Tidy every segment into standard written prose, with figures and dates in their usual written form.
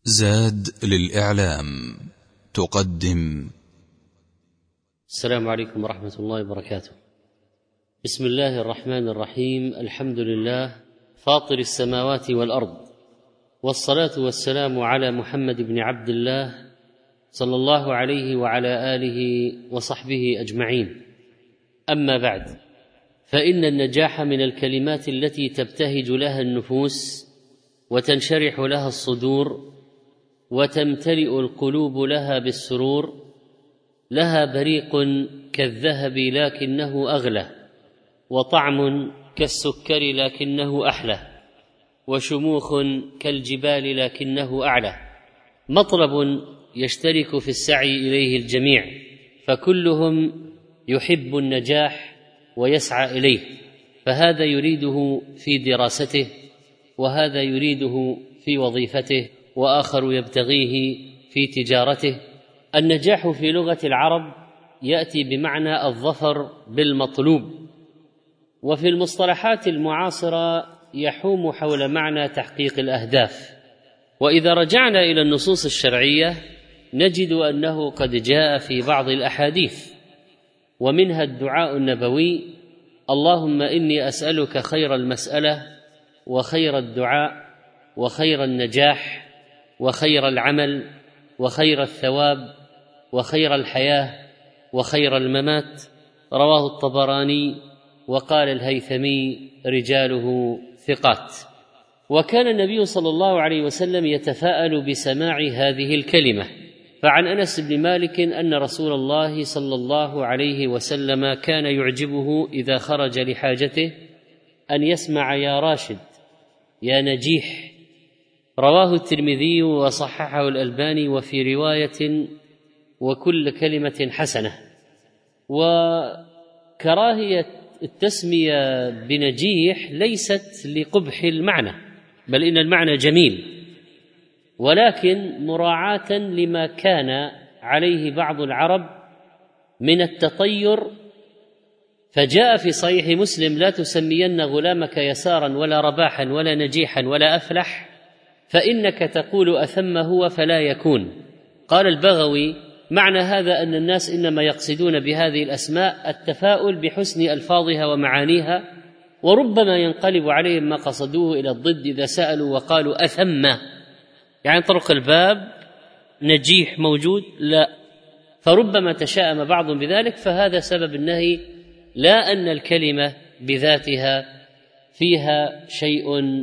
زاد للإعلام تقدم. السلام عليكم ورحمة الله وبركاته. بسم الله الرحمن الرحيم. الحمد لله فاطر السماوات والأرض، والصلاة والسلام على محمد بن عبد الله صلى الله عليه وعلى آله وصحبه أجمعين. أما بعد، فإن النجاح من الكلمات التي تبتهج لها النفوس وتنشرح لها الصدور وتمتلئ القلوب لها بالسرور، لها بريق كالذهب لكنه أغلى، وطعم كالسكر لكنه أحلى، وشموخ كالجبال لكنه أعلى، مطلب يشترك في السعي إليه الجميع، فكلهم يحب النجاح ويسعى إليه، فهذا يريده في دراسته، وهذا يريده في وظيفته، وآخر يبتغيه في تجارته. النجاح في لغة العرب يأتي بمعنى الظفر بالمطلوب، وفي المصطلحات المعاصرة يحوم حول معنى تحقيق الأهداف. وإذا رجعنا إلى النصوص الشرعية نجد أنه قد جاء في بعض الأحاديث، ومنها الدعاء النبوي: اللهم إني أسألك خير المسألة وخير الدعاء وخير النجاح وخير العمل وخير الثواب وخير الحياة وخير الممات. رواه الطبراني، وقال الهيثمي رجاله ثقات. وكان النبي صلى الله عليه وسلم يتفاءل بسماع هذه الكلمة، فعن أنس بن مالك أن رسول الله صلى الله عليه وسلم كان يعجبه إذا خرج لحاجته أن يسمع يا راشد يا نجيح. رواه الترمذي وصححه الألباني، وفي رواية وكل كلمة حسنة. وكراهية التسمية بنجيح ليست لقبح المعنى، بل إن المعنى جميل، ولكن مراعاة لما كان عليه بعض العرب من التطير، فجاء في صحيح مسلم: لا تسمين غلامك يسارا ولا رباحا ولا نجيحا ولا أفلح، فإنك تقول أثم هو فلا يكون. قال البغوي: معنى هذا أن الناس إنما يقصدون بهذه الأسماء التفاؤل بحسن ألفاظها ومعانيها، وربما ينقلب عليهم ما قصدوه إلى الضد إذا سألوا وقالوا أثم، يعني طرق الباب نجيح موجود، لا، فربما تشاءم بعضهم بذلك، فهذا سبب النهي، لا أن الكلمة بذاتها فيها شيء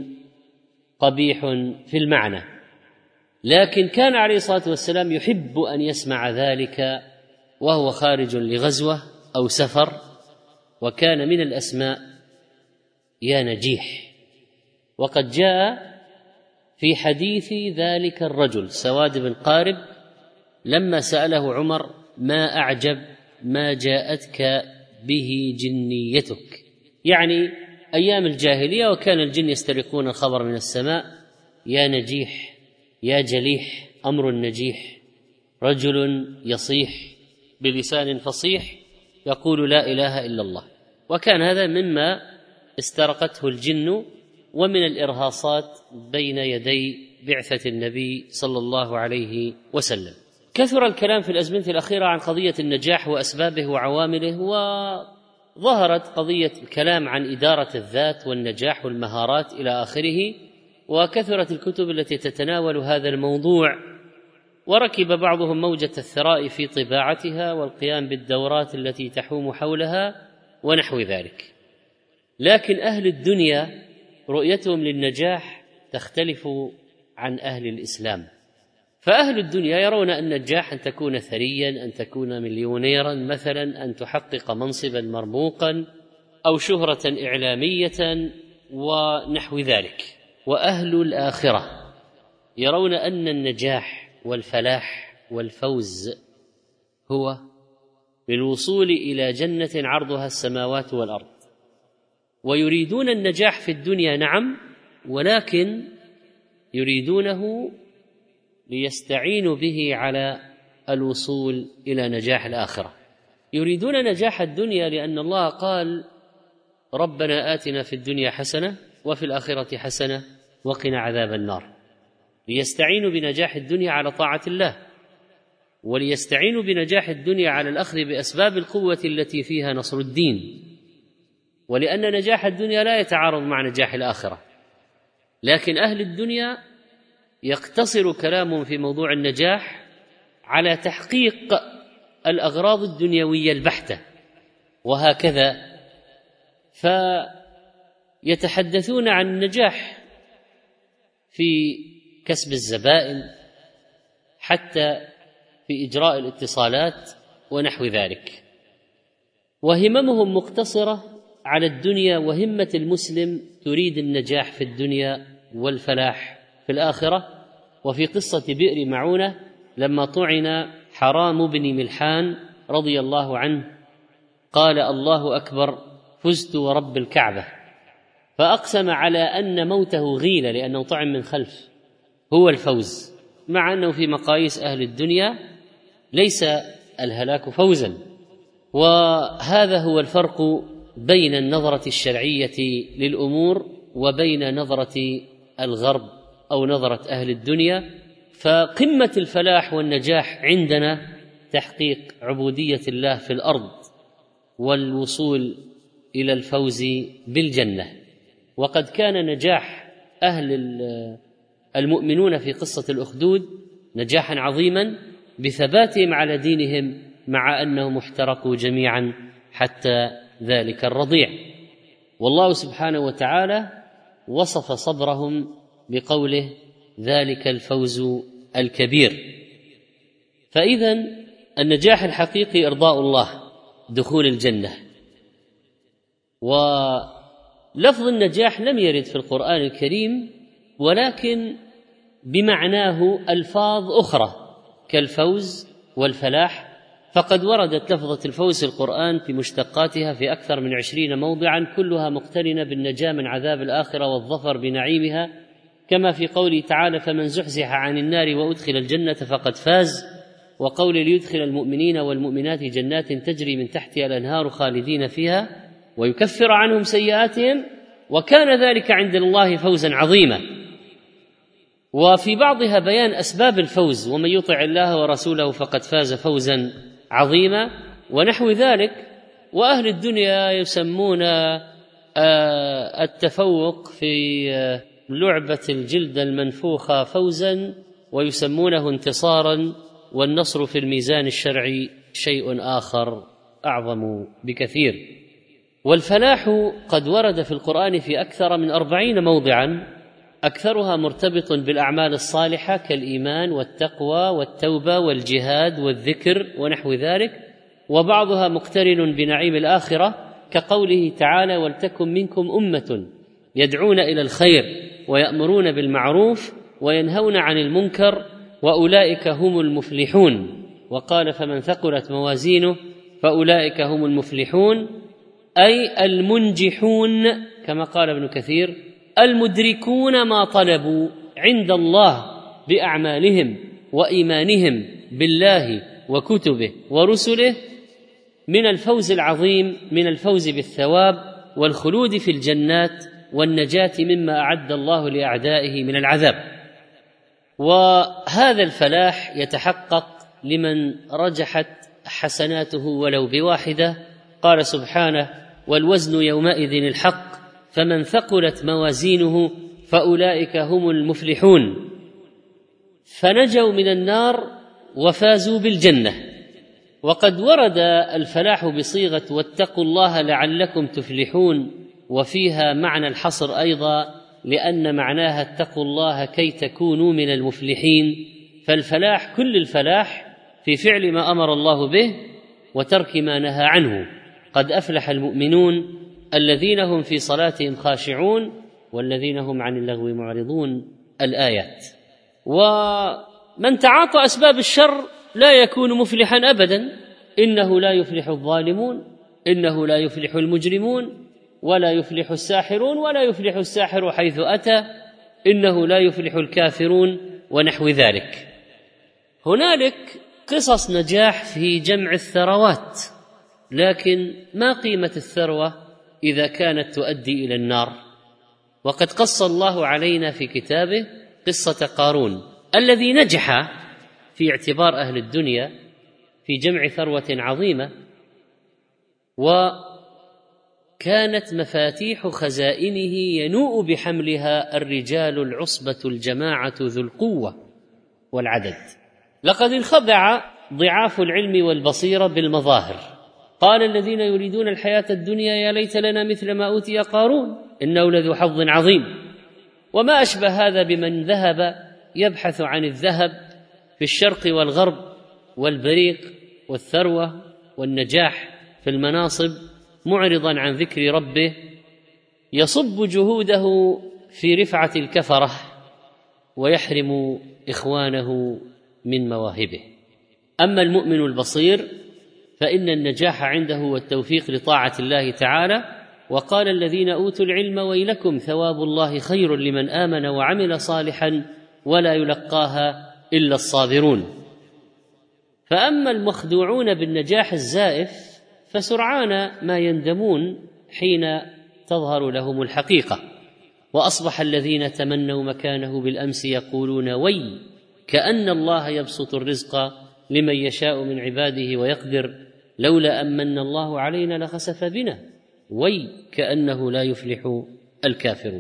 قبيح في المعنى، لكن كان عليه الصلاة والسلام يحب أن يسمع ذلك وهو خارج لغزوة أو سفر، وكان من الأسماء يا نجيح. وقد جاء في حديث ذلك الرجل سواد بن قارب لما سأله عمر: ما أعجب ما جاءتك به جنيتك، يعني أيام الجاهلية وكان الجن يسترقون الخبر من السماء: يا نجيح يا جليح أمر النجيح، رجل يصيح بلسان فصيح يقول لا إله إلا الله. وكان هذا مما استرقته الجن ومن الإرهاصات بين يدي بعثة النبي صلى الله عليه وسلم. كثر الكلام في الأزمنة الأخيرة عن قضية النجاح وأسبابه وعوامله، وظهرت قضية الكلام عن إدارة الذات والنجاح والمهارات إلى آخره، وكثرت الكتب التي تتناول هذا الموضوع، وركب بعضهم موجة الثراء في طباعتها والقيام بالدورات التي تحوم حولها ونحو ذلك. لكن أهل الدنيا رؤيتهم للنجاح تختلف عن أهل الإسلام. فأهل الدنيا يرون أن النجاح أن تكون ثريا، أن تكون مليونيرا مثلا، أن تحقق منصبا مرموقا أو شهرة إعلامية ونحو ذلك. وأهل الآخرة يرون أن النجاح والفلاح والفوز هو بالوصول إلى جنة عرضها السماوات والأرض، ويريدون النجاح في الدنيا نعم، ولكن يريدونه ليستعينوا به على الوصول إلى نجاح الآخرة. يريدون نجاح الدنيا لأن الله قال: ربنا آتنا في الدنيا حسنة وفي الآخرة حسنة وقنا عذاب النار. ليستعينوا بنجاح الدنيا على طاعة الله، وليستعينوا بنجاح الدنيا على الأخذ بأسباب القوة التي فيها نصر الدين، ولأن نجاح الدنيا لا يتعارض مع نجاح الآخرة. لكن أهل الدنيا يقتصر كلامهم في موضوع النجاح على تحقيق الأغراض الدنيوية البحتة، وهكذا فيتحدثون عن النجاح في كسب الزبائن حتى في إجراء الاتصالات ونحو ذلك، وهممهم مقتصرة على الدنيا، وهمة المسلم تريد النجاح في الدنيا والفلاح في الآخرة. وفي قصة بئر معونة لما طعن حرام بن ملحان رضي الله عنه قال: الله أكبر، فزت ورب الكعبة، فأقسم على أن موته غيلة لأنه طعن من خلف هو الفوز، مع أنه في مقاييس أهل الدنيا ليس الهلاك فوزا. وهذا هو الفرق بين النظرة الشرعية للأمور وبين نظرة الغرب أو نظرة أهل الدنيا. فقمة الفلاح والنجاح عندنا تحقيق عبودية الله في الأرض والوصول إلى الفوز بالجنة. وقد كان نجاح أهل المؤمنون في قصة الأخدود نجاحا عظيما بثباتهم على دينهم، مع أنهم احترقوا جميعا حتى ذلك الرضيع. والله سبحانه وتعالى وصف صبرهم بقوله: ذلك الفوز الكبير. فإذا النجاح الحقيقي إرضاء الله، دخول الجنة. ولفظ النجاح لم يرد في القرآن الكريم، ولكن بمعناه ألفاظ أخرى كالفوز والفلاح، فقد وردت لفظة الفوز في القرآن في مشتقاتها في أكثر من 20 موضعا، كلها مقترنة بالنجاة من عذاب الآخرة والظفر بنعيمها، كما في قوله تعالى: فمن زحزح عن النار وأدخل الجنة فقد فاز، وقول ليدخل المؤمنين والمؤمنات جنات تجري من تحتها الأنهار خالدين فيها ويكفر عنهم سيئاتهم وكان ذلك عند الله فوزا عظيما. وفي بعضها بيان أسباب الفوز: ومن يطع الله ورسوله فقد فاز فوزا عظيما ونحو ذلك. وأهل الدنيا يسمون التفوق في لعبة الجلد المنفوخة فوزا، ويسمونه انتصارا، والنصر في الميزان الشرعي شيء آخر أعظم بكثير. والفلاح قد ورد في القرآن في أكثر من 40 موضعا، أكثرها مرتبط بالأعمال الصالحة كالإيمان والتقوى والتوبة والجهاد والذكر ونحو ذلك، وبعضها مقترن بنعيم الآخرة كقوله تعالى: ولتكن منكم أمة يدعون إلى الخير ويأمرون بالمعروف وينهون عن المنكر وأولئك هم المفلحون. وقال: فمن ثقلت موازينه فأولئك هم المفلحون، أي المنجحون، كما قال ابن كثير: المدركون ما طلبوا عند الله بأعمالهم وإيمانهم بالله وكتبه ورسله من الفوز العظيم، من الفوز بالثواب والخلود في الجنات والنجاة مما أعد الله لأعدائه من العذاب. وهذا الفلاح يتحقق لمن رجحت حسناته ولو بواحدة. قال سبحانه: والوزن يومئذ الحق فمن ثقلت موازينه فأولئك هم المفلحون، فنجوا من النار وفازوا بالجنة. وقد ورد الفلاح بصيغة واتقوا الله لعلكم تفلحون، وفيها معنى الحصر أيضا، لأن معناها اتقوا الله كي تكونوا من المفلحين. فالفلاح كل الفلاح في فعل ما أمر الله به وترك ما نهى عنه. قد أفلح المؤمنون الذين هم في صلاتهم خاشعون والذين هم عن اللغو معرضون، الآيات. ومن تعاطى أسباب الشر لا يكون مفلحا أبدا. إنه لا يفلح الظالمون، إنه لا يفلح المجرمون، ولا يفلح الساحرون، ولا يفلح الساحر حيث أتى، إنه لا يفلح الكافرون، ونحو ذلك. هنالك قصص نجاح في جمع الثروات، لكن ما قيمة الثروة إذا كانت تؤدي إلى النار؟ وقد قص الله علينا في كتابه قصة قارون الذي نجح في اعتبار أهل الدنيا في جمع ثروة عظيمة، وكانت مفاتيح خزائنه ينوء بحملها الرجال العصبة الجماعة ذو القوة والعدد. لقد انخدع ضعاف العلم والبصيرة بالمظاهر. قال الذين يريدون الحياة الدنيا يا ليت لنا مثل ما أوتي قارون إنه لذو حظ عظيم. وما أشبه هذا بمن ذهب يبحث عن الذهب في الشرق والغرب والبريق والثروة والنجاح في المناصب، معرضا عن ذكر ربه، يصب جهوده في رفعة الكفرة ويحرم إخوانه من مواهبه. أما المؤمن البصير فإن النجاح عنده والتوفيق لطاعة الله تعالى. وقال الذين أوتوا العلم ويلكم ثواب الله خير لمن آمن وعمل صالحا ولا يلقاها إلا الصابرون. فأما المخدوعون بالنجاح الزائف فسرعان ما يندمون حين تظهر لهم الحقيقة. وأصبح الذين تمنوا مكانه بالأمس يقولون وي كأن الله يبسط الرزق لمن يشاء من عباده ويقدر لولا أمن الله علينا لخسف بنا وي كأنه لا يفلح الكافرون.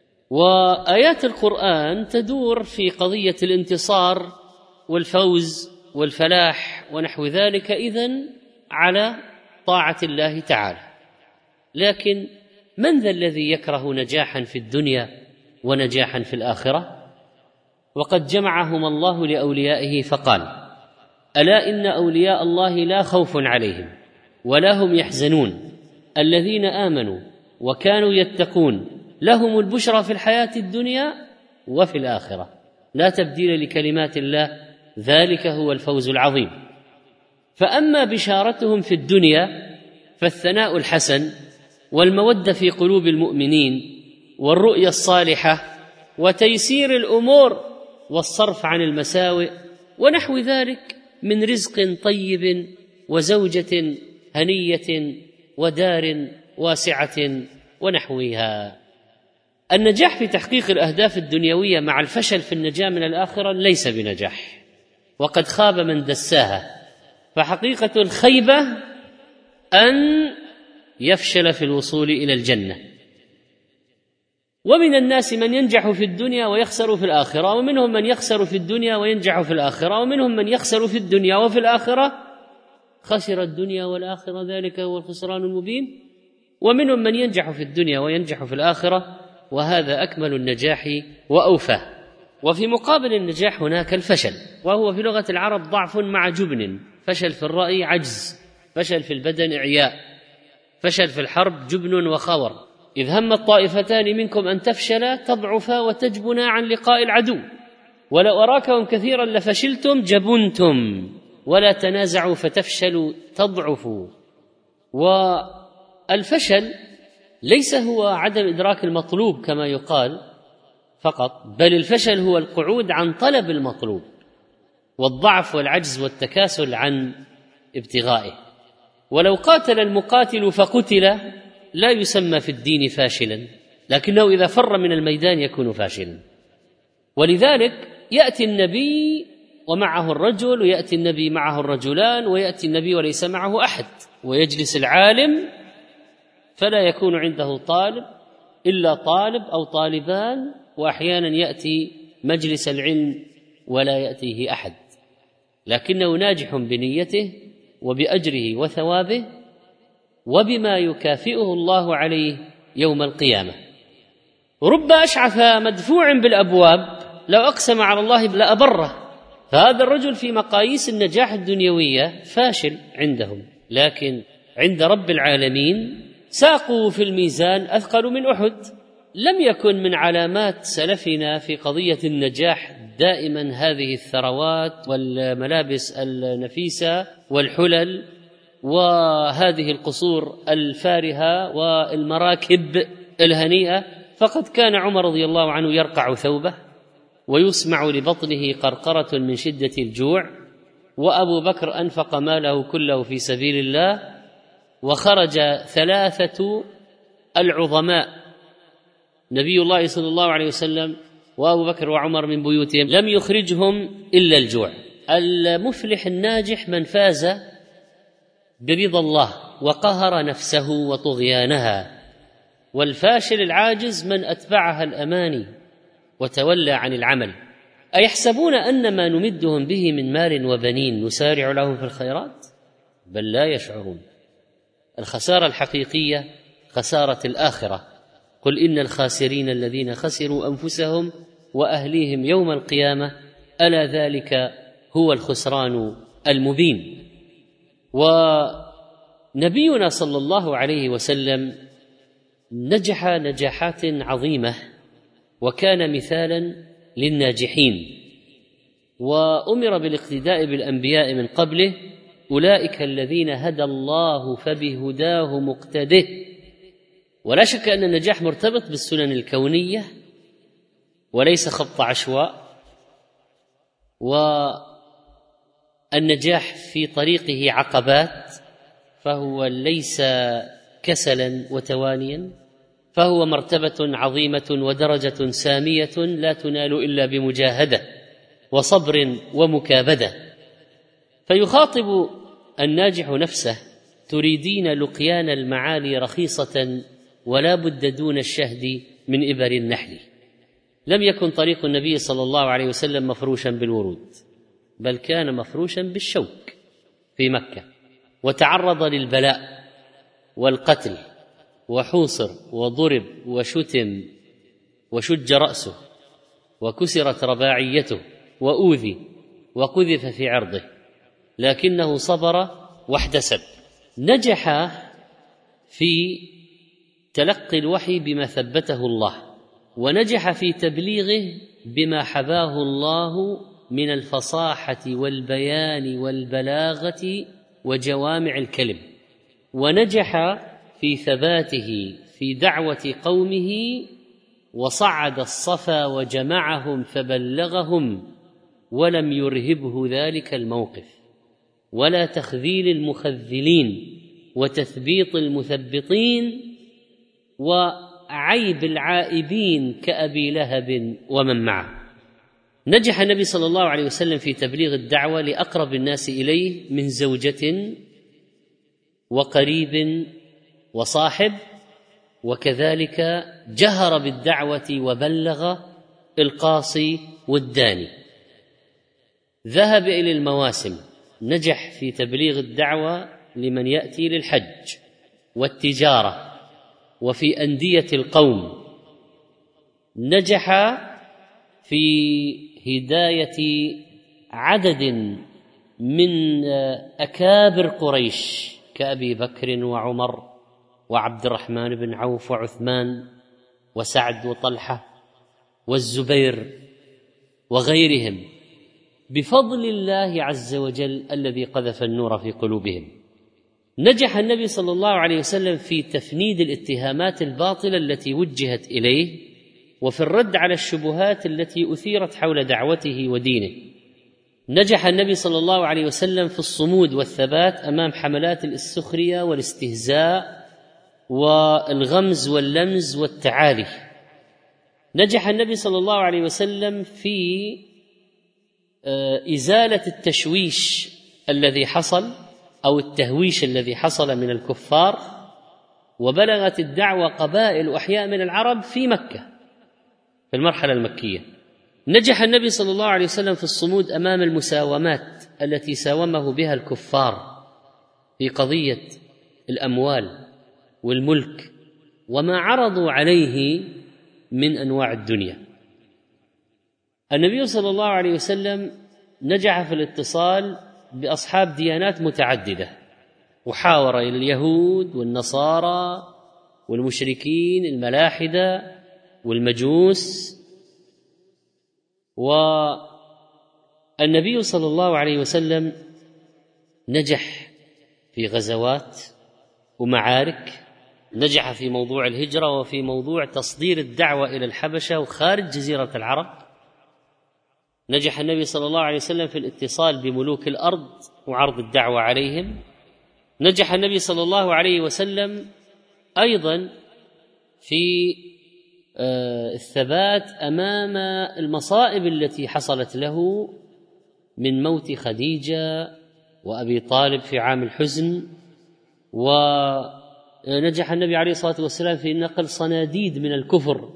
وآيات القرآن تدور في قضية الانتصار والفوز والفلاح ونحو ذلك إذن على طاعة الله تعالى. لكن من ذا الذي يكره نجاحا في الدنيا ونجاحا في الآخرة؟ وقد جمعهما الله لأوليائه فقال ألا إن أولياء الله لا خوف عليهم ولا هم يحزنون الذين آمنوا وكانوا يتقون لهم البشرى في الحياة الدنيا وفي الآخرة لا تبديل لكلمات الله ذلك هو الفوز العظيم. فأما بشارتهم في الدنيا فالثناء الحسن والمودة في قلوب المؤمنين والرؤيا الصالحة وتيسير الأمور والصرف عن المساوئ ونحو ذلك من رزق طيب وزوجة هنية ودار واسعة ونحوها. النجاح في تحقيق الأهداف الدنيوية مع الفشل في النجاة من الآخرة ليس بنجاح، وقد خاب من دساها. فحقيقة الخيبة أن يفشل في الوصول إلى الجنة. ومن الناس من ينجح في الدنيا ويخسر في الآخرة، ومنهم من يخسر في الدنيا وينجح في الآخرة، ومنهم من يخسر في الدنيا وفي الآخرة خسر الدنيا والآخرة ذلك هو الخسران المبين، ومنهم من ينجح في الدنيا وينجح في الآخرة وهذا أكمل النجاح وأوفاه. وفي مقابل النجاح هناك الفشل، وهو في لغة العرب ضعف مع جبن، فشل في الرأي عجز، فشل في البدن إعياء، فشل في الحرب جبن وخور. إذ هم الطائفتان منكم أن تفشلا تضعفا وتجبنا عن لقاء العدو، ولو أراكم كثيرا لفشلتم جبنتم ولا تنازعوا فتفشلوا تضعفوا. والفشل ليس هو عدم إدراك المطلوب كما يقال فقط، بل الفشل هو القعود عن طلب المطلوب، والضعف والعجز والتكاسل عن ابتغائه. ولو قاتل المقاتل فقتل لا يسمى في الدين فاشلا، لكنه إذا فر من الميدان يكون فاشلا. ولذلك يأتي النبي ومعه الرجل، ويأتي النبي معه الرجلان، ويأتي النبي وليس معه أحد، ويجلس العالم فلا يكون عنده طالب إلا طالب أو طالبان، وأحيانا يأتي مجلس العلم ولا يأتيه أحد، لكنه ناجح بنيته وبأجره وثوابه وبما يكافئه الله عليه يوم القيامة. رب أشعث مدفوع بالأبواب لو أقسم على الله لأبره. فهذا الرجل في مقاييس النجاح الدنيوية فاشل عندهم، لكن عند رب العالمين ساقوا في الميزان أثقل من أحد. لم يكن من علامات سلفنا في قضية النجاح دائما هذه الثروات والملابس النفيسة والحلل وهذه القصور الفارهة والمراكب الهنيئة، فقد كان عمر رضي الله عنه يرقع ثوبه ويسمع لبطنه قرقرة من شدة الجوع، وأبو بكر أنفق ماله كله في سبيل الله، وخرج 3 العظماء نبي الله صلى الله عليه وسلم وأبو بكر وعمر من بيوتهم لم يخرجهم إلا الجوع. المفلح الناجح من فاز برضا الله وقهر نفسه وطغيانها، والفاشل العاجز من أتبعها الأماني وتولى عن العمل. أيحسبون أن ما نمدهم به من مال وبنين نسارع لهم في الخيرات؟ بل لا يشعرون. الخسارة الحقيقية خسارة الآخرة. قل إن الخاسرين الذين خسروا أنفسهم وأهليهم يوم القيامة ألا ذلك هو الخسران المبين. ونبينا صلى الله عليه وسلم نجح نجاحات عظيمة وكان مثالا للناجحين، وأمر بالاقتداء بالأنبياء من قبله، أولئك الذين هدى الله فبهداه مقتده. ولا شك أن النجاح مرتبط بالسنن الكونية وليس خط عشواء، والنجاح في طريقه عقبات، فهو ليس كسلا وتوانيا، فهو مرتبة عظيمة ودرجة سامية لا تنال إلا بمجاهدة وصبر ومكابدة. فيخاطب الناجح نفسه: تريدين لقيان المعالي رخيصة ولا بد دون الشهد من إبر النحل. لم يكن طريق النبي صلى الله عليه وسلم مفروشا بالورود، بل كان مفروشا بالشوك في مكة، وتعرض للبلاء والقتل، وحوصر وضرب وشتم وشج رأسه وكسرت رباعيته وأوذي وقذف في عرضه، لكنه صبر واحتسب. نجح في تلقي الوحي بما ثبته الله، ونجح في تبليغه بما حباه الله من الفصاحة والبيان والبلاغة وجوامع الكلم، ونجح في ثباته في دعوة قومه، وصعد الصفا وجمعهم فبلغهم، ولم يرهبه ذلك الموقف ولا تخذيل المخذلين وتثبيط المثبطين وعيب العائبين كأبي لهب ومن معه. نجح النبي صلى الله عليه وسلم في تبليغ الدعوة لأقرب الناس إليه من زوجة وقريب وصاحب، وكذلك جهر بالدعوة وبلغ القاصي والداني. ذهب إلى المواسم، نجح في تبليغ الدعوة لمن يأتي للحج والتجارة وفي أندية القوم. نجح في هداية عدد من أكابر قريش كأبي بكر وعمر وعبد الرحمن بن عوف وعثمان وسعد وطلحة والزبير وغيرهم، بفضل الله عز وجل الذي قذف النور في قلوبهم. نجح النبي صلى الله عليه وسلم في تفنيد الاتهامات الباطلة التي وجهت إليه، وفي الرد على الشبهات التي أثيرت حول دعوته ودينه. نجح النبي صلى الله عليه وسلم في الصمود والثبات أمام حملات السخرية والاستهزاء والغمز واللمز والتعالي. نجح النبي صلى الله عليه وسلم في إزالة التشويش الذي حصل أو التهويش الذي حصل من الكفار، وبلغت الدعوة قبائل وأحياء من العرب في مكة في المرحلة المكية. نجح النبي صلى الله عليه وسلم في الصمود أمام المساومات التي ساومه بها الكفار في قضية الأموال والملك وما عرضوا عليه من أنواع الدنيا. النبي صلى الله عليه وسلم نجح في الاتصال بأصحاب ديانات متعددة، وحاور إلى اليهود والنصارى والمشركين الملاحدة والمجوس. والنبي صلى الله عليه وسلم نجح في غزوات ومعارك، نجح في موضوع الهجرة وفي موضوع تصدير الدعوة إلى الحبشة وخارج جزيرة العرب. نجح النبي صلى الله عليه وسلم في الاتصال بملوك الأرض وعرض الدعوة عليهم. نجح النبي صلى الله عليه وسلم أيضا في الثبات أمام المصائب التي حصلت له من موت خديجة وأبي طالب في عام الحزن. ونجح النبي عليه الصلاة والسلام في نقل صناديد من الكفر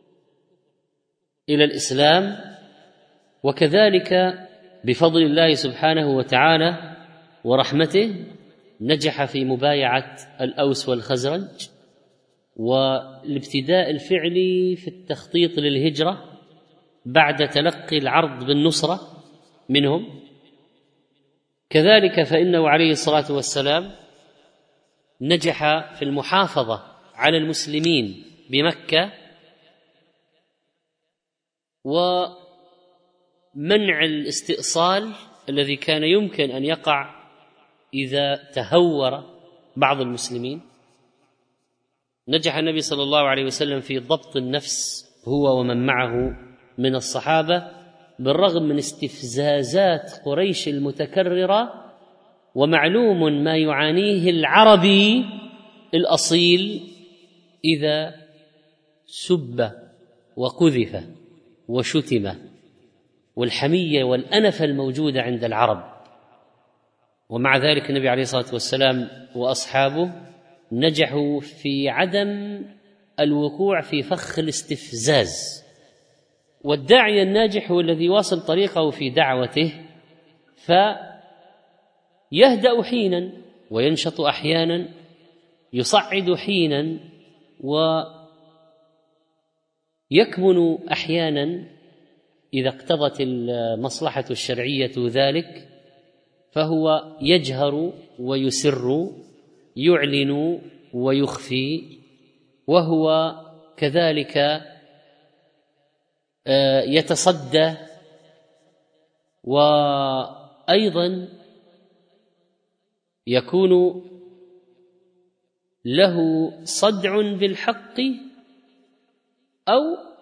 إلى الإسلام، وكذلك بفضل الله سبحانه وتعالى ورحمته نجح في مبايعة الأوس والخزرج والابتداء الفعلي في التخطيط للهجرة بعد تلقي العرض بالنصرة منهم. كذلك فإنه عليه الصلاة والسلام نجح في المحافظة على المسلمين بمكة ومنع الاستئصال الذي كان يمكن أن يقع إذا تهور بعض المسلمين. نجح النبي صلى الله عليه وسلم في ضبط النفس هو ومن معه من الصحابة بالرغم من استفزازات قريش المتكررة، ومعلوم ما يعانيه العربي الأصيل إذا سب وقذف وشتم، والحمية والأنفة الموجودة عند العرب. ومع ذلك النبي عليه الصلاة والسلام وأصحابه نجحوا في عدم الوقوع في فخ الاستفزاز. والداعية الناجح هو الذي واصل طريقه في دعوته، فيهدأ حينا وينشط أحيانا، يصعد حينا ويكمن أحيانا إذا اقتضت المصلحة الشرعية ذلك، فهو يجهر ويسر، يعلن ويخفي، وهو كذلك يتصدى، وأيضا يكون له صدع بالحق أو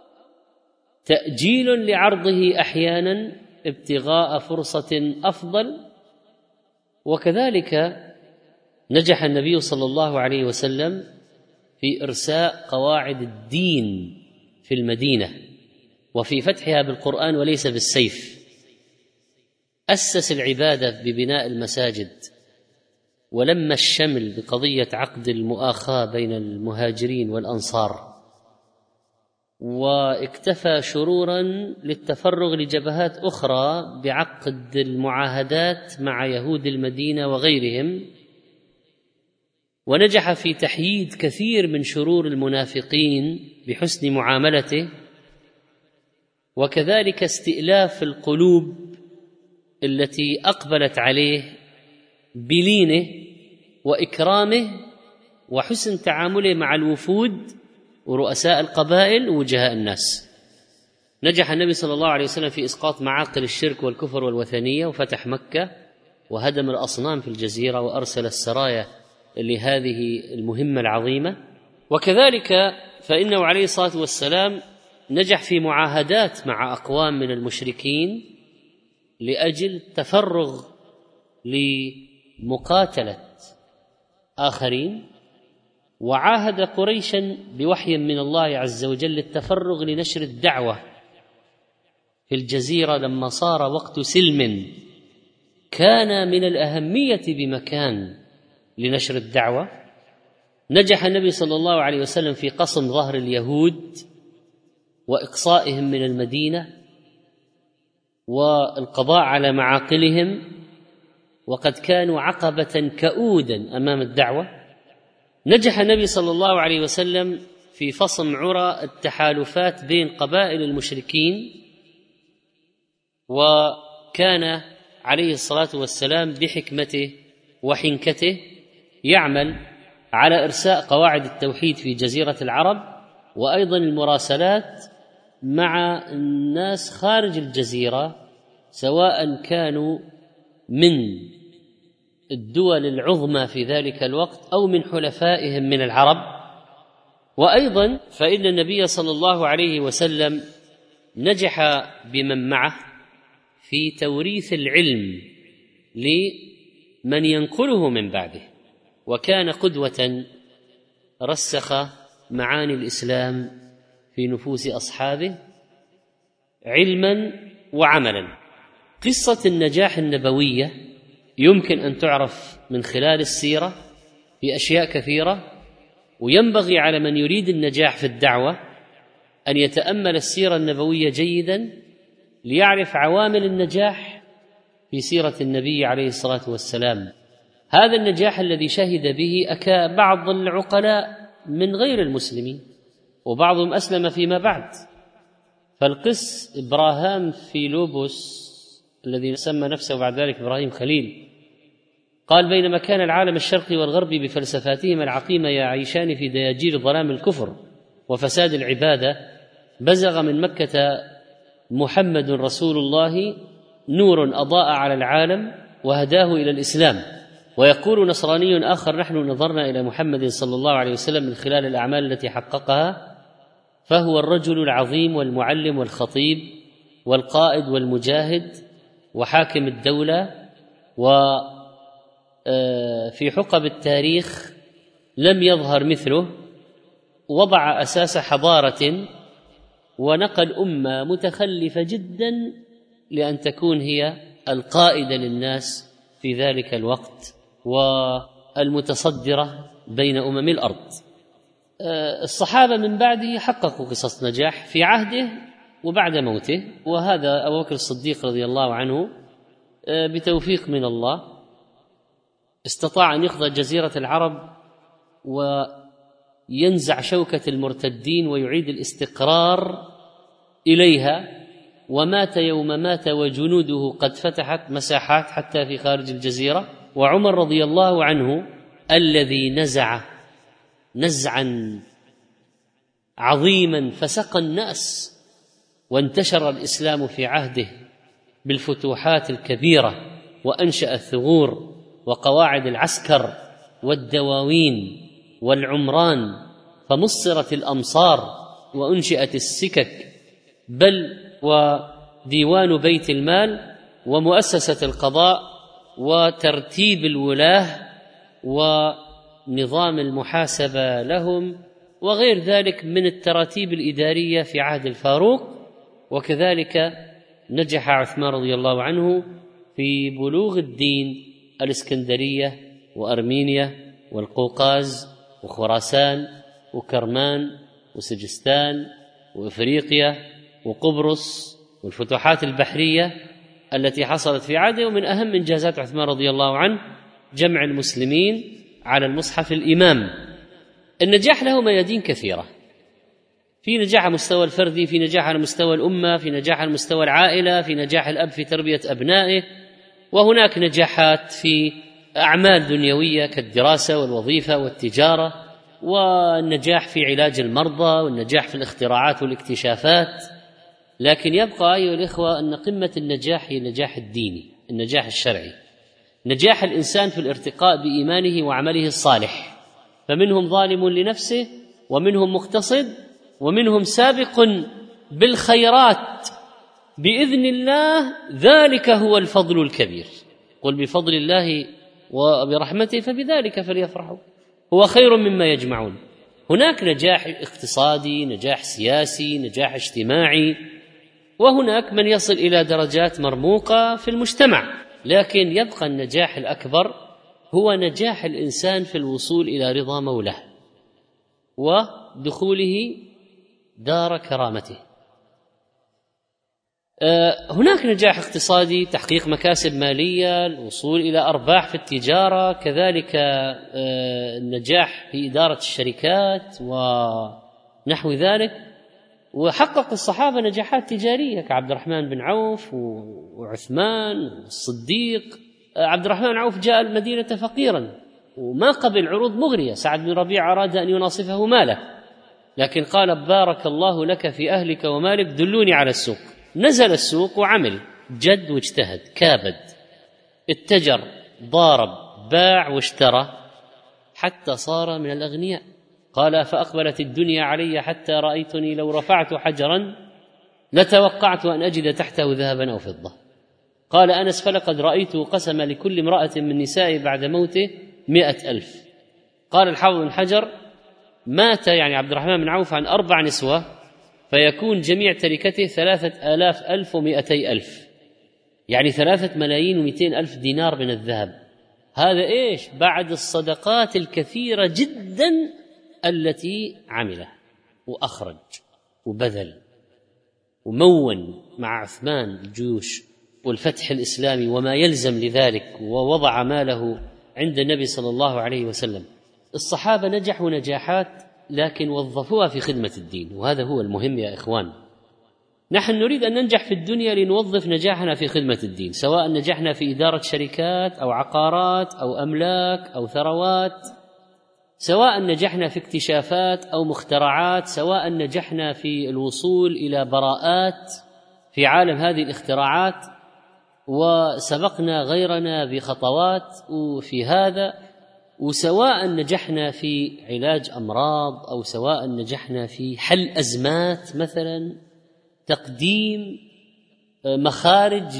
تأجيل لعرضه أحيانا ابتغاء فرصة أفضل. وكذلك نجح النبي صلى الله عليه وسلم في إرساء قواعد الدين في المدينة وفي فتحها بالقرآن وليس بالسيف. أسس العبادة ببناء المساجد، ولم الشمل بقضية عقد المؤاخاة بين المهاجرين والأنصار، واكتفى شرورا للتفرغ لجبهات أخرى بعقد المعاهدات مع يهود المدينة وغيرهم، ونجح في تحييد كثير من شرور المنافقين بحسن معاملته، وكذلك استئلاف القلوب التي أقبلت عليه بلينه وإكرامه وحسن تعامله مع الوفود ورؤساء القبائل ووجهاء الناس. نجح النبي صلى الله عليه وسلم في إسقاط معاقل الشرك والكفر والوثنية، وفتح مكة وهدم الأصنام في الجزيرة، وأرسل السرايا لهذه المهمة العظيمة. وكذلك فإنه عليه الصلاة والسلام نجح في معاهدات مع أقوام من المشركين لأجل تفرغ لمقاتلة آخرين، وعاهد قريشا بوحي من الله عز وجل التفرغ لنشر الدعوة في الجزيرة لما صار وقت سلم كان من الأهمية بمكان لنشر الدعوة. نجح النبي صلى الله عليه وسلم في قصم ظهر اليهود وإقصائهم من المدينة والقضاء على معاقلهم، وقد كانوا عقبة كؤودا أمام الدعوة. نجح النبي صلى الله عليه وسلم في فصم عرى التحالفات بين قبائل المشركين، وكان عليه الصلاة والسلام بحكمته وحنكته يعمل على إرساء قواعد التوحيد في جزيرة العرب، وأيضا المراسلات مع الناس خارج الجزيرة سواء كانوا من الدول العظمى في ذلك الوقت أو من حلفائهم من العرب. وأيضا فإن النبي صلى الله عليه وسلم نجح بمن معه في توريث العلم لمن ينقله من بعده، وكان قدوة رسخ معاني الإسلام في نفوس أصحابه علما وعملا. قصة النجاح النبوية يمكن أن تعرف من خلال السيرة في أشياء كثيرة، وينبغي على من يريد النجاح في الدعوة أن يتأمل السيرة النبوية جيدا ليعرف عوامل النجاح في سيرة النبي عليه الصلاة والسلام. هذا النجاح الذي شهد به بعض العقلاء من غير المسلمين، وبعضهم أسلم فيما بعد. فالقس إبراهام فيلوبوس الذي سمى نفسه بعد ذلك إبراهيم خليل قال: بينما كان العالم الشرقي والغربي بفلسفاتهما العقيمة يعيشان في دياجير ظلام الكفر وفساد العبادة، بزغ من مكة محمد رسول الله نور أضاء على العالم وهداه إلى الإسلام. ويقول نصراني آخر: نحن نظرنا إلى محمد صلى الله عليه وسلم من خلال الأعمال التي حققها، فهو الرجل العظيم والمعلم والخطيب والقائد والمجاهد وحاكم الدولة، وفي حقب التاريخ لم يظهر مثله، وضع أساس حضارة ونقى الأمة متخلفة جدا لأن تكون هي القائدة للناس في ذلك الوقت والمتصدرة بين أمم الأرض. الصحابة من بعده حققوا قصص نجاح في عهده وبعد موته، وهذا أبو بكر الصديق رضي الله عنه بتوفيق من الله استطاع أن يخضع جزيرة العرب وينزع شوكة المرتدين ويعيد الاستقرار إليها، ومات يوم مات وجنوده قد فتحت مساحات حتى في خارج الجزيرة. وعمر رضي الله عنه الذي نزع نزعا عظيما فسقى الناس وانتشر الإسلام في عهده بالفتوحات الكبيرة، وأنشأ الثغور وقواعد العسكر والدواوين والعمران، فمصرت الأمصار وأنشئت السكك، بل وديوان بيت المال ومؤسسة القضاء وترتيب الولاة ونظام المحاسبة لهم وغير ذلك من التراتيب الإدارية في عهد الفاروق. وكذلك نجح عثمان رضي الله عنه في بلوغ الدين الإسكندرية وأرمينيا والقوقاز وخراسان وكرمان وسجستان وإفريقيا وقبرص والفتوحات البحرية التي حصلت في عهده. ومن أهم إنجازات عثمان رضي الله عنه جمع المسلمين على المصحف الإمام. النجاح له ميادين كثيرة، في نجاح على مستوى الفردي، في نجاح على مستوى الأمة، في نجاح على مستوى العائلة، في نجاح الأب في تربية أبنائه، وهناك نجاحات في أعمال دنيوية كالدراسة والوظيفة والتجارة، والنجاح في علاج المرضى، والنجاح في الاختراعات والاكتشافات. لكن يبقى أيها الإخوة أن قمة النجاح هي النجاح الديني، النجاح الشرعي، نجاح الإنسان في الارتقاء بإيمانه وعمله الصالح. فمنهم ظالم لنفسه، ومنهم مقتصد، ومنهم سابق بالخيرات بإذن الله، ذلك هو الفضل الكبير. قل بفضل الله وبرحمته فبذلك فليفرحوا هو خير مما يجمعون. هناك نجاح اقتصادي، نجاح سياسي، نجاح اجتماعي، وهناك من يصل إلى درجات مرموقة في المجتمع، لكن يبقى النجاح الأكبر هو نجاح الإنسان في الوصول إلى رضا مولاه ودخوله دار كرامته. هناك نجاح اقتصادي، تحقيق مكاسب مالية، الوصول إلى أرباح في التجارة، كذلك النجاح في إدارة الشركات ونحو ذلك. وحقق الصحابة نجاحات تجارية كعبد الرحمن بن عوف وعثمان والصديق. عبد الرحمن بن عوف جاء المدينة فقيرا وما قبل عروض مغرية، سعد بن ربيعة أراد أن يناصفه ماله، لكن قال: بارك الله لك في أهلك ومالك، دلوني على السوق. نزل السوق وعمل، جد واجتهد، كابد، اتجر، ضارب، باع واشترى حتى صار من الأغنياء. قال: فأقبلت الدنيا علي حتى رأيتني لو رفعت حجرا لتوقعت أن أجد تحته ذهبا أو فضة. قال أنس: فلقد رأيت قسم لكل امرأة من نسائه بعد موته 100,000. قال الحافظ بن حجر: مات يعني عبد الرحمن بن عوف عن 4 نسوة فيكون جميع تركته 3,200,000 يعني 3,200,000 دينار من الذهب. هذا إيش؟ بعد الصدقات الكثيرة جدا التي عملها وأخرج وبذل ومون مع عثمان الجيوش والفتح الإسلامي وما يلزم لذلك، ووضع ماله عند النبي صلى الله عليه وسلم. الصحابة نجحوا نجاحات لكن وظفوها في خدمة الدين، وهذا هو المهم يا إخوان. نحن نريد أن ننجح في الدنيا لنوظف نجاحنا في خدمة الدين، سواء نجحنا في إدارة شركات أو عقارات أو أملاك أو ثروات، سواء نجحنا في اكتشافات أو مخترعات، سواء نجحنا في الوصول إلى براءات في عالم هذه الاختراعات وسبقنا غيرنا بخطوات وفي هذا، وسواء نجحنا في علاج أمراض أو سواء نجحنا في حل أزمات، مثلا تقديم مخارج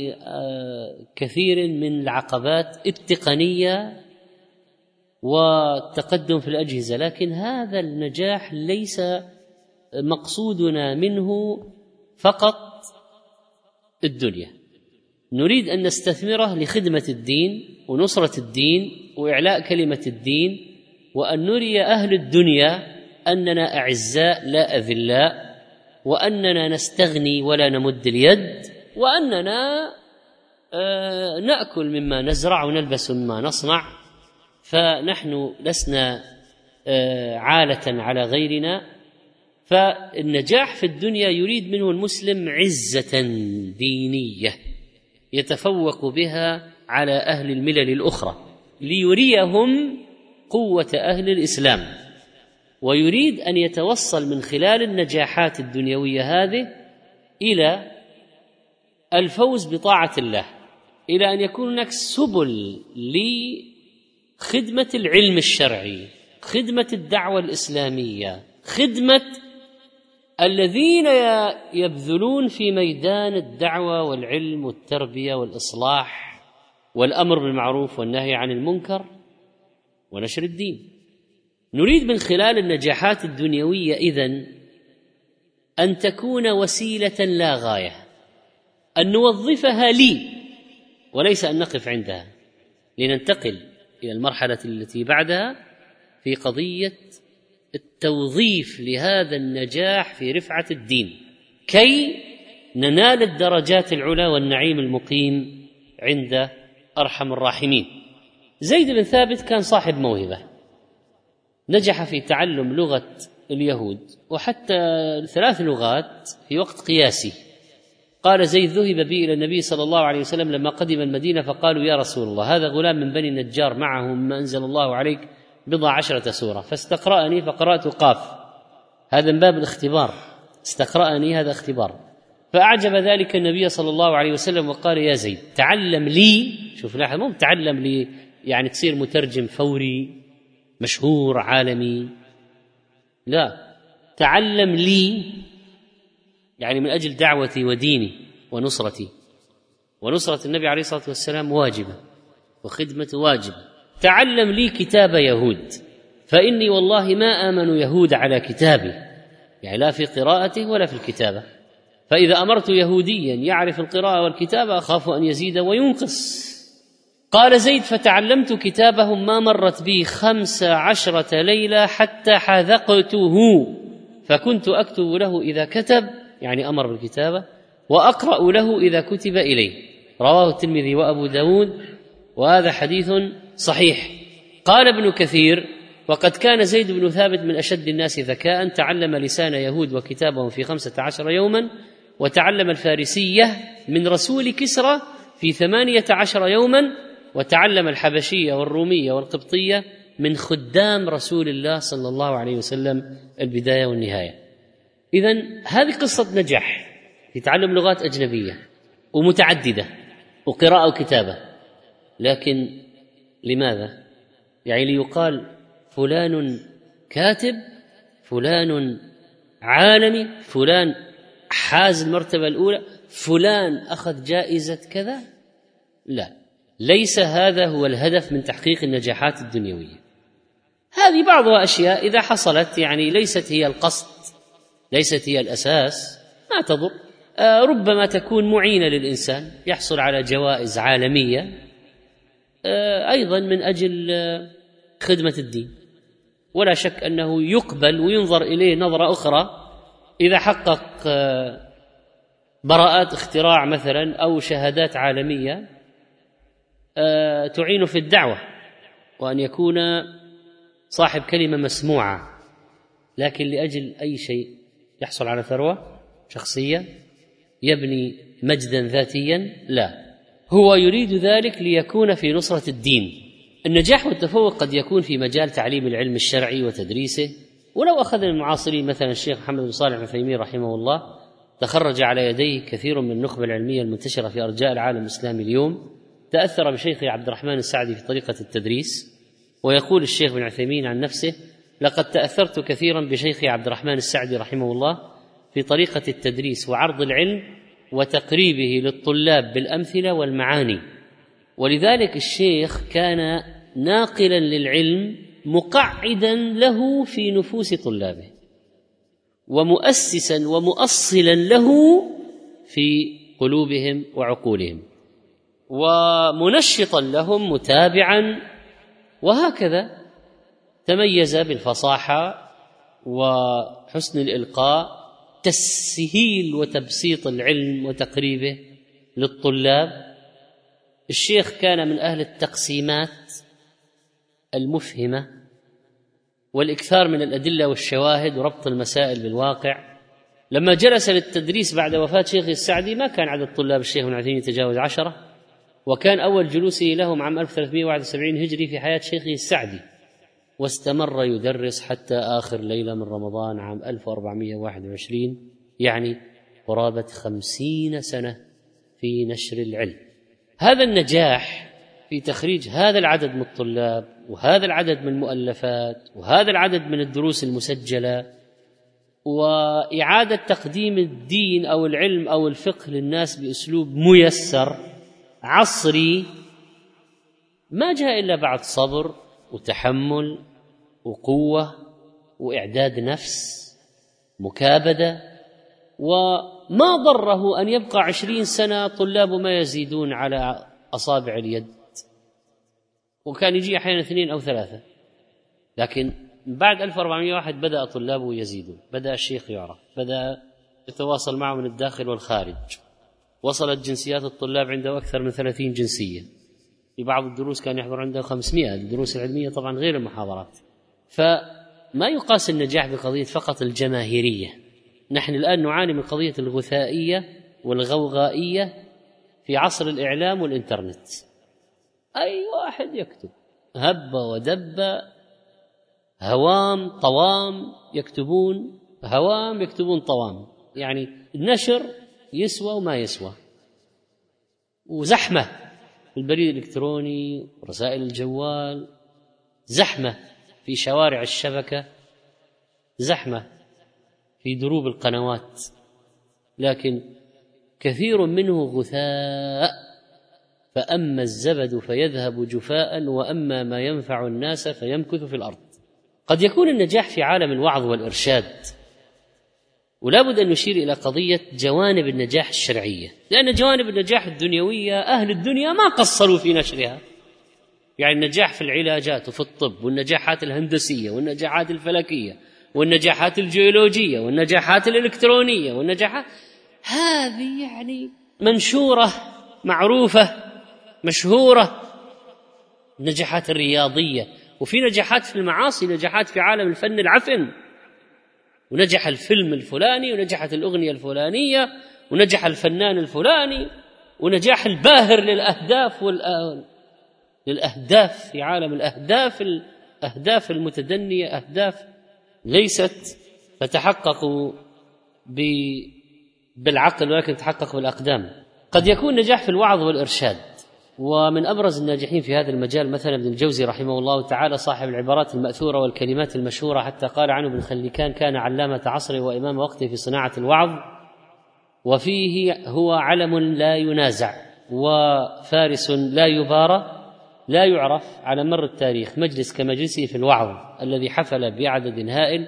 لكثير من العقبات التقنية والتقدم في الأجهزة. لكن هذا النجاح ليس مقصودنا منه فقط الدنيا، نريد أن نستثمره لخدمة الدين ونصرة الدين وإعلاء كلمة الدين، وأن نري أهل الدنيا أننا أعزاء لا أذلاء، وأننا نستغني ولا نمد اليد، وأننا نأكل مما نزرع ونلبس مما نصنع، فنحن لسنا عالة على غيرنا. فالنجاح في الدنيا يريد منه المسلم عزة دينية يتفوق بها على أهل الملل الأخرى ليريهم قوة أهل الإسلام، ويريد أن يتوصل من خلال النجاحات الدنيوية هذه إلى الفوز بطاعة الله، إلى أن يكون هناك سبل لخدمة العلم الشرعي، خدمة الدعوة الإسلامية، خدمة الذين يبذلون في ميدان الدعوة والعلم والتربية والإصلاح والأمر بالمعروف والنهي عن المنكر ونشر الدين. نريد من خلال النجاحات الدنيوية إذن أن تكون وسيلة لا غاية، أن نوظفها لي وليس أن نقف عندها، لننتقل إلى المرحلة التي بعدها في قضية التوظيف لهذا النجاح في رفعة الدين كي ننال الدرجات العلى والنعيم المقيم عند أرحم الراحمين. زيد بن ثابت كان صاحب موهبة، نجح في تعلم لغة اليهود وحتى 3 لغات في وقت قياسي. قال زيد: ذهب بي إلى النبي صلى الله عليه وسلم لما قدم المدينة فقالوا: يا رسول الله، هذا غلام من بني النجار معه ما أنزل الله عليك 10 سورة، فاستقرأني فقرأت قاف، هذا من باب الاختبار، استقرأني هذا اختبار. فأعجب ذلك النبي صلى الله عليه وسلم وقال: يا زيد تعلم لي، شوف لاحظ، مو تعلم لي يعني تصير مترجم فوري مشهور عالمي، لا، تعلم لي يعني من أجل دعوتي وديني ونصرتي، ونصرة النبي عليه الصلاة والسلام واجبة وخدمة واجبة. تعلم لي كتاب يهود، فإني والله ما آمن يهود على كتابي، يعني لا في قراءته ولا في الكتابة، فإذا أمرت يهوديا يعرف القراءة والكتابة أخاف أن يزيد وينقص. قال زيد: فتعلمت كتابهم ما مرت بي 15 ليلة حتى حذقته، فكنت أكتب له إذا كتب، يعني أمر بالكتابة، وأقرأ له إذا كتب إليه. رواه الترمذي وأبو داود، وهذا حديث صحيح. قال ابن كثير: وقد كان زيد بن ثابت من أشد الناس ذكاء، تعلم لسان يهود وكتابهم في 15 يوما، وتعلم الفارسية من رسول كسرى في 18 يوما، وتعلم الحبشية والرومية والقبطية من خدام رسول الله صلى الله عليه وسلم البداية والنهاية. إذن هذه قصة نجاح في تعلم لغات أجنبية ومتعددة وقراءة وكتابة، لكن لماذا؟ يعني ليقال فلان كاتب، فلان عالمي، فلان حاز المرتبة الأولى، فلان أخذ جائزة كذا؟ لا، ليس هذا هو الهدف من تحقيق النجاحات الدنيوية. هذه بعضها أشياء إذا حصلت يعني ليست هي القصد ليست هي الأساس ما تضر. ربما تكون معينة للإنسان، يحصل على جوائز عالمية أيضا من أجل خدمة الدين، ولا شك أنه يقبل وينظر إليه نظرة أخرى إذا حقق براءات اختراع مثلا أو شهادات عالمية تعين في الدعوة وأن يكون صاحب كلمة مسموعة. لكن لأجل أي شيء يحصل على ثروة شخصية، يبني مجدا ذاتيا، لا، هو يريد ذلك ليكون في نصرة الدين. النجاح والتفوق قد يكون في مجال تعليم العلم الشرعي وتدريسه. ولو أخذنا المعاصرين مثلا الشيخ محمد بن صالح العثيمين رحمه الله، تخرج على يديه كثير من النخبة العلمية المنتشرة في أرجاء العالم الإسلامي اليوم. تأثر بشيخه عبد الرحمن السعدي في طريقة التدريس، ويقول الشيخ بن عثيمين عن نفسه: لقد تأثرت كثيرا بشيخي عبد الرحمن السعدي رحمه الله في طريقة التدريس وعرض العلم وتقريبه للطلاب بالأمثلة والمعاني. ولذلك الشيخ كان ناقلا للعلم مقعدا له في نفوس طلابه، ومؤسسا ومؤصلا له في قلوبهم وعقولهم، ومنشطا لهم متابعا. وهكذا تميز بالفصاحة وحسن الإلقاء، تسهيل وتبسيط العلم وتقريبه للطلاب. الشيخ كان من أهل التقسيمات المفهمة والإكثار من الأدلة والشواهد وربط المسائل بالواقع. لما جلس للتدريس بعد وفاة شيخه السعدي ما كان عدد طلاب الشيخ ابن عثيمين يتجاوز 10، وكان أول جلوسه لهم عام 1371 هجري في حياة شيخه السعدي، واستمر يدرس حتى آخر ليلة من رمضان عام 1421، يعني قرابة 50 سنة في نشر العلم. هذا النجاح في تخريج هذا العدد من الطلاب وهذا العدد من المؤلفات وهذا العدد من الدروس المسجلة، وإعادة تقديم الدين أو العلم أو الفقه للناس بأسلوب ميسر عصري، ما جاء إلا بعد صبر وتحمل وقوة وإعداد نفس مكابدة. وما ضره أن يبقى 20 سنة طلاب ما يزيدون على أصابع اليد، وكان يجي أحيانا 2 أو 3، لكن بعد 1401 بدأ طلابه يزيدون، بدأ الشيخ يعرف، بدأ يتواصل معه من الداخل والخارج، وصلت جنسيات الطلاب عنده أكثر من 30 جنسية. في بعض الدروس كان يحضر عنده 500، الدروس العلمية طبعا غير المحاضرات. فما يقاس النجاح بقضية فقط الجماهيرية. نحن الآن نعاني من قضية الغثائية والغوغائية في عصر الإعلام والإنترنت. أي واحد يكتب هب ودب، هوام طوام يكتبون، هوام يكتبون طوام، يعني النشر يسوى وما يسوى، وزحمة في البريد الإلكتروني ورسائل الجوال، زحمة في شوارع الشبكة، زحمة في دروب القنوات، لكن كثير منه غثاء. فأما الزبد فيذهب جفاء وأما ما ينفع الناس فيمكث في الأرض. قد يكون النجاح في عالم الوعظ والإرشاد، ولا بد أن نشير إلى قضية جوانب النجاح الشرعية، لأن جوانب النجاح الدنيوية أهل الدنيا ما قصروا في نشرها. يعني النجاح في العلاجات وفي الطب، والنجاحات الهندسية والنجاحات الفلكية والنجاحات الجيولوجية والنجاحات الإلكترونية والنجاحات هذه يعني منشورة معروفة مشهورة. النجاحات الرياضية، وفي نجاحات في المعاصي، نجاحات في عالم الفن العفن، ونجح الفيلم الفلاني ونجحت الأغنية الفلانية ونجح الفنان الفلاني، ونجاح الباهر للأهداف في عالم الأهداف المتدنية، أهداف ليست تتحقق بالعقل ولكن تتحقق بالأقدام. قد يكون نجاح في الوعظ والإرشاد، ومن أبرز الناجحين في هذا المجال مثلا ابن الجوزي رحمه الله تعالى، صاحب العبارات المأثورة والكلمات المشهورة، حتى قال عنه ابن خليكان: كان علامة عصره وإمام وقته في صناعة الوعظ، وفيه هو علم لا ينازع وفارس لا يبارى، لا يعرف على مر التاريخ مجلس كمجلسه في الوعظ الذي حفل بعدد هائل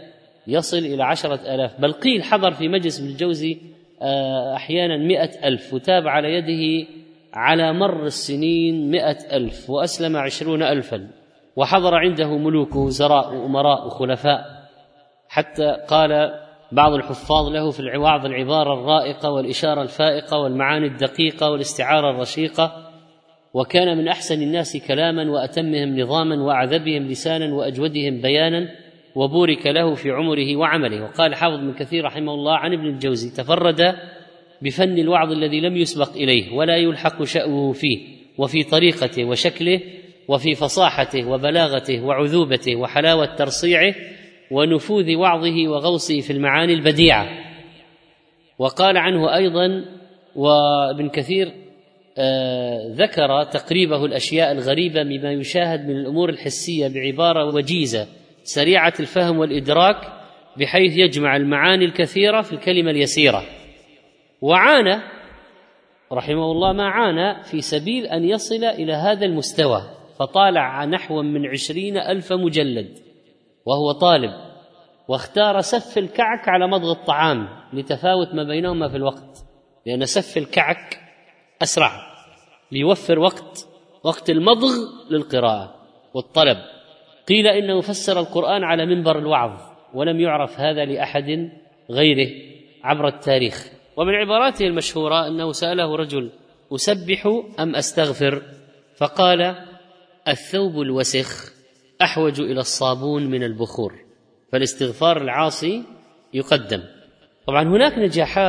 يصل إلى 10,000، بل قيل حضر في مجلس ابن الجوزي أحيانا 100,000، وتاب على يده على مر السنين 100,000، وأسلم 20,000، وحضر عنده ملوك ووزراء وأمراء وخلفاء، حتى قال بعض الحفاظ له في الوعظ العبارة الرائقة والإشارة الفائقة والمعاني الدقيقة والاستعارة الرشيقة، وكان من أحسن الناس كلاما وأتمهم نظاما وأعذبهم لسانا وأجودهم بيانا، وبورك له في عمره وعمله. وقال حافظ بن كثير رحمه الله عن ابن الجوزي: تفرد بفن الوعظ الذي لم يسبق إليه ولا يلحق شأوه فيه، وفي طريقته وشكله، وفي فصاحته وبلاغته وعذوبته وحلاوة ترصيعه ونفوذ وعظه وغوصه في المعاني البديعة. وقال عنه أيضا، وابن كثير ذكر تقريبه الأشياء الغريبة مما يشاهد من الأمور الحسية بعبارة وجيزة سريعة الفهم والإدراك، بحيث يجمع المعاني الكثيرة في الكلمة اليسيرة. وعانى رحمه الله ما عانى في سبيل أن يصل إلى هذا المستوى، فطالع نحو من 20,000 مجلد وهو طالب، واختار سف الكعك على مضغ الطعام لتفاوت ما بينهما في الوقت، لأن سف الكعك أسرع ليوفر وقت المضغ للقراءة والطلب. قيل إنه فسر القرآن على منبر الوعظ، ولم يعرف هذا لأحد غيره عبر التاريخ. ومن عباراته المشهورة أنه سأله رجل: أسبح أم أستغفر؟ فقال: الثوب الوسخ أحوج إلى الصابون من البخور، فالاستغفار العاصي يقدم. طبعا هناك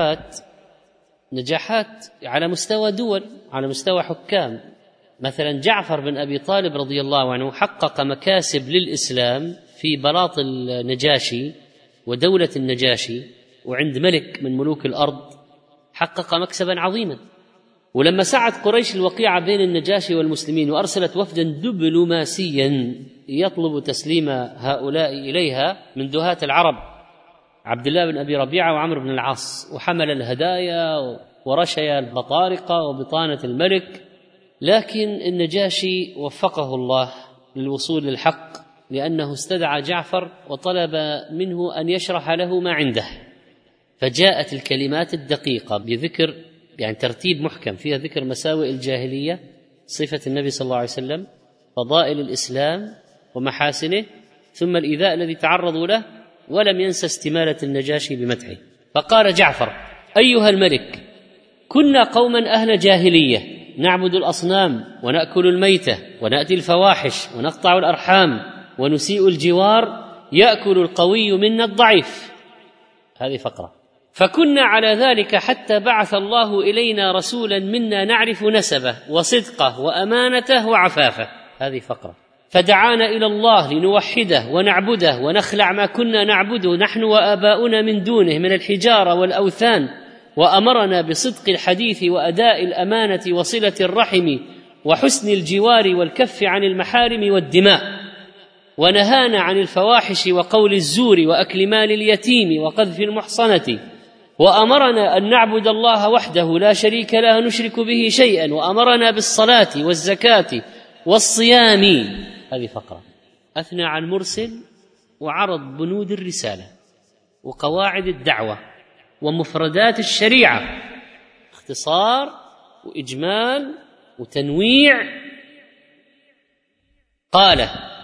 نجاحات على مستوى دول، على مستوى حكام. مثلا جعفر بن أبي طالب رضي الله عنه حقق مكاسب للإسلام في بلاط النجاشي ودولة النجاشي، وعند ملك من ملوك الأرض حقق مكسبا عظيما. ولما سعت قريش الوقيعة بين النجاشي والمسلمين وأرسلت وفدا دبلوماسيا يطلب تسليم هؤلاء إليها من دهاة العرب، عبد الله بن أبي ربيعة وعمرو بن العاص، وحمل الهدايا ورشي البطارقة وبطانة الملك، لكن النجاشي وفقه الله للوصول للحق، لأنه استدعى جعفر وطلب منه أن يشرح له ما عنده، فجاءت الكلمات الدقيقة بذكر يعني ترتيب محكم فيها ذكر مساوئ الجاهلية، صفة النبي صلى الله عليه وسلم، فضائل الإسلام ومحاسنه، ثم الإيذاء الذي تعرضوا له، ولم ينسى استمالة النجاشي بمدحه. فقال جعفر: أيها الملك، كنا قوما أهل جاهلية، نعبد الأصنام ونأكل الميتة ونأتي الفواحش ونقطع الأرحام ونسيء الجوار، يأكل القوي منا الضعيف. هذه فقرة. فكنا على ذلك حتى بعث الله إلينا رسولا منا نعرف نسبه وصدقه وأمانته وعفافه. هذه فقرة. فدعانا إلى الله لنوحده ونعبده ونخلع ما كنا نعبده نحن وآباؤنا من دونه من الحجارة والأوثان، وأمرنا بصدق الحديث وأداء الأمانة وصلة الرحم وحسن الجوار والكف عن المحارم والدماء، ونهانا عن الفواحش وقول الزور وأكل مال اليتيم وقذف المحصنة، وأمرنا أن نعبد الله وحده لا شريك له نشرك به شيئا، وأمرنا بالصلاة والزكاة والصيام. هذه فقرة. أثنى عن مرسل وعرض بنود الرسالة وقواعد الدعوة ومفردات الشريعة، اختصار وإجمال وتنويع. قال: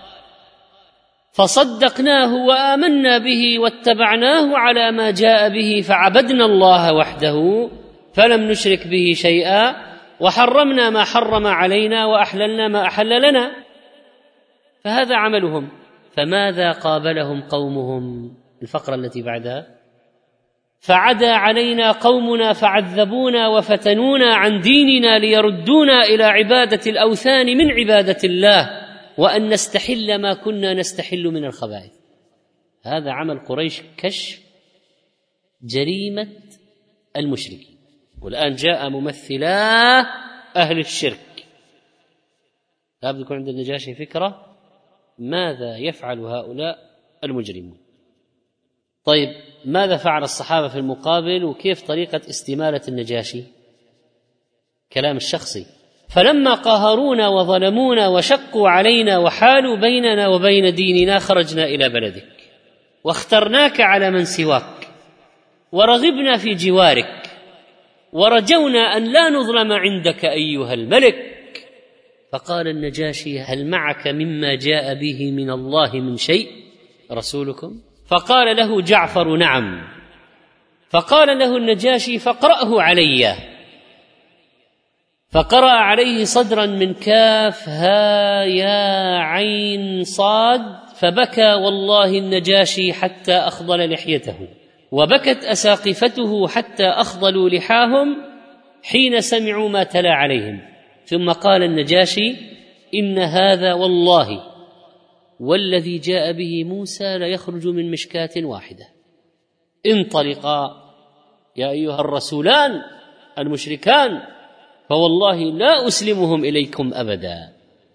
فصدقناه وآمنا به واتبعناه على ما جاء به، فعبدنا الله وحده فلم نشرك به شيئا، وحرمنا ما حرم علينا وأحللنا ما أحل لنا. فهذا عملهم. فماذا قابلهم قومهم؟ الفقرة التي بعدها: فعدا علينا قومنا فعذبونا وفتنونا عن ديننا ليردونا إلى عبادة الأوثان من عبادة الله، وأن نستحل ما كنا نستحل من الخبائث. هذا عمل قريش، كشف جريمة المشركين. والآن جاء ممثلا أهل الشرك. لابد يكون عند النجاشي فكرة ماذا يفعل هؤلاء المجرمون. طيب، ماذا فعل الصحابة في المقابل، وكيف طريقة استمالة النجاشي؟ كلام الشخصي: فلما قاهرونا وظلمونا وشقوا علينا وحالوا بيننا وبين ديننا خرجنا إلى بلدك. واخترناك على من سواك ورغبنا في جوارك ورجونا أن لا نظلم عندك أيها الملك. فقال النجاشي: هل معك مما جاء به من الله من شيء رسولكم؟ فقال له جعفر: نعم. فقال له النجاشي: فاقرأه علي. فقرأ عليه صدرا من كاف ها يا عين صاد، فبكى والله النجاشي حتى أخضل لحيته، وبكت أساقفته حتى أخضلوا لحاهم حين سمعوا ما تلا عليهم. ثم قال النجاشي: إن هذا والله والذي جاء به موسى ليخرج من مشكاة واحدة، انطلقا يا أيها الرسولان المشركان فوالله لا أسلمهم إليكم أبدا.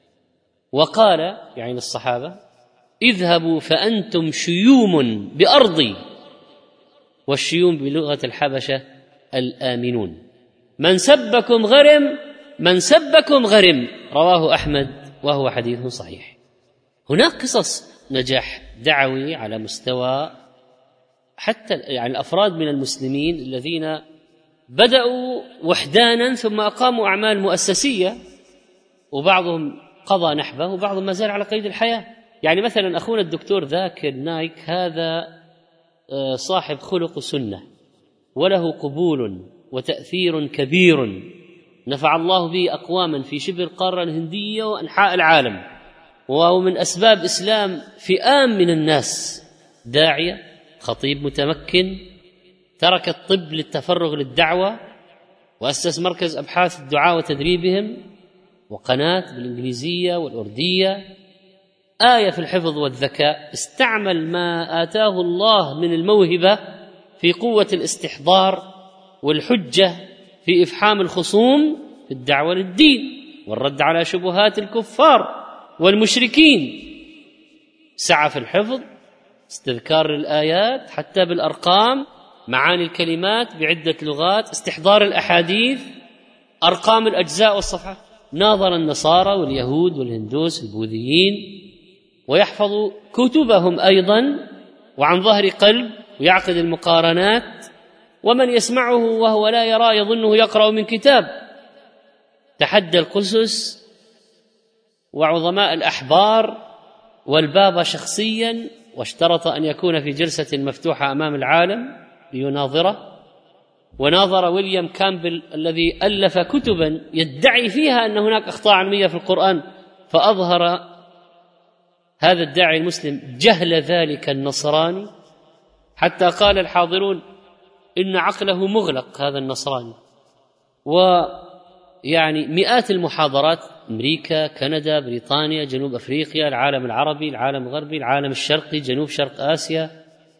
وقال يعني الصحابة: اذهبوا فأنتم شيوم بأرضي، والشيوم بلغة الحبشة الآمنون، من سبكم غرم، من سبكم غرم. رواه أحمد وهو حديث صحيح. هناك قصص نجاح دعوي على مستوى حتى يعني الأفراد من المسلمين الذين بدأوا وحدانا ثم أقاموا أعمال مؤسسية، وبعضهم قضى نحبه وبعضهم ما زال على قيد الحياة. يعني مثلا أخونا الدكتور ذاكر نايك، هذا صاحب خلق سنة وله قبول وتأثير كبير، نفع الله به أقواما في شبه القارة الهندية وأنحاء العالم، وهو من أسباب إسلام فئام من الناس. داعية، خطيب متمكن، ترك الطب للتفرغ للدعوة، وأسس مركز أبحاث الدعاء وتدريبهم، وقناة بالإنجليزية والأردية، آية في الحفظ والذكاء. استعمل ما آتاه الله من الموهبة في قوة الاستحضار والحجة في إفحام الخصوم في الدعوة للدين والرد على شبهات الكفار والمشركين. سعى في الحفظ، استذكار الآيات حتى بالأرقام، معاني الكلمات بعدة لغات، استحضار الأحاديث، أرقام الأجزاء والصفحات. ناظر النصارى واليهود والهندوس البوذيين، ويحفظ كتبهم أيضا وعن ظهر قلب، ويعقد المقارنات، ومن يسمعه وهو لا يرى يظنه يقرأ من كتاب. تحدى القسس وعظماء الأحبار والبابا شخصيا، واشترط أن يكون في جلسة مفتوحة أمام العالم ليناظره. وناظر ويليام كامبل الذي ألف كتبا يدعي فيها أن هناك أخطاء علمية في القرآن، فأظهر هذا الداعي المسلم جهل ذلك النصراني، حتى قال الحاضرون إن عقله مغلق هذا النصراني. ويعني مئات المحاضرات، أمريكا، كندا، بريطانيا، جنوب أفريقيا، العالم العربي، العالم الغربي، العالم الشرقي، جنوب شرق آسيا،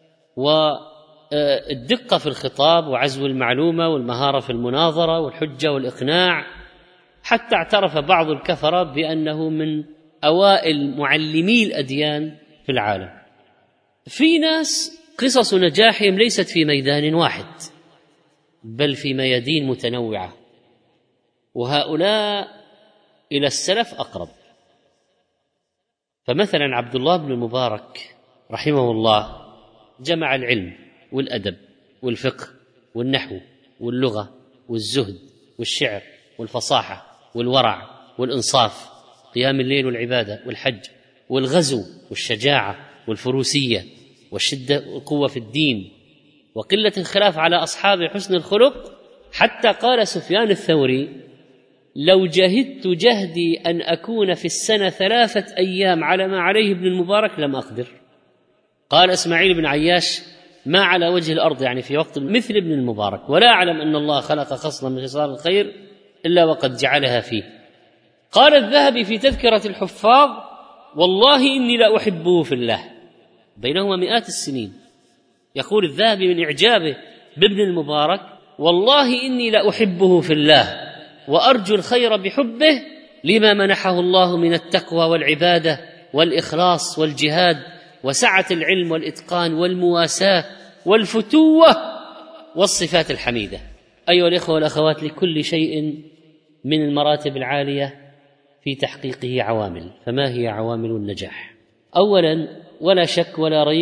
والدقة في الخطاب وعزو المعلومة والمهارة في المناظرة والحجة والإقناع، حتى اعترف بعض الكفرة بأنه من أوائل معلمي الأديان في العالم. في ناس قصص نجاحهم ليست في ميدان واحد بل في ميادين متنوعة، وهؤلاء إلى السلف أقرب. فمثلا عبد الله بن المبارك رحمه الله جمع العلم والأدب والفقه والنحو واللغة والزهد والشعر والفصاحة والورع والإنصاف، قيام الليل والعبادة والحج والغزو والشجاعة والفروسية والشدة والقوة في الدين وقلة الخلاف على أصحاب حسن الخلق. حتى قال سفيان الثوري: لو جهدت جهدي أن أكون في السنة 3 أيام على ما عليه ابن المبارك لم أقدر. قال إسماعيل بن عياش: ما على وجه الأرض يعني في وقت مثل ابن المبارك، ولا أعلم أن الله خلق خصلة من خصال الخير إلا وقد جعلها فيه. قال الذهبي في تذكرة الحفاظ: والله إني لا أحبه في الله، بينهما مئات السنين. يقول الذهبي من إعجابه بابن المبارك: والله إني لا أحبه في الله وأرجو الخير بحبه لما منحه الله من التقوى والعبادة والإخلاص والجهاد وسعة العلم والإتقان والمواساة والفتوة والصفات الحميدة. أيها الإخوة والأخوات، لكل شيء من المراتب العالية في تحقيقه عوامل. فما هي عوامل النجاح؟ أولا، ولا شك ولا ريب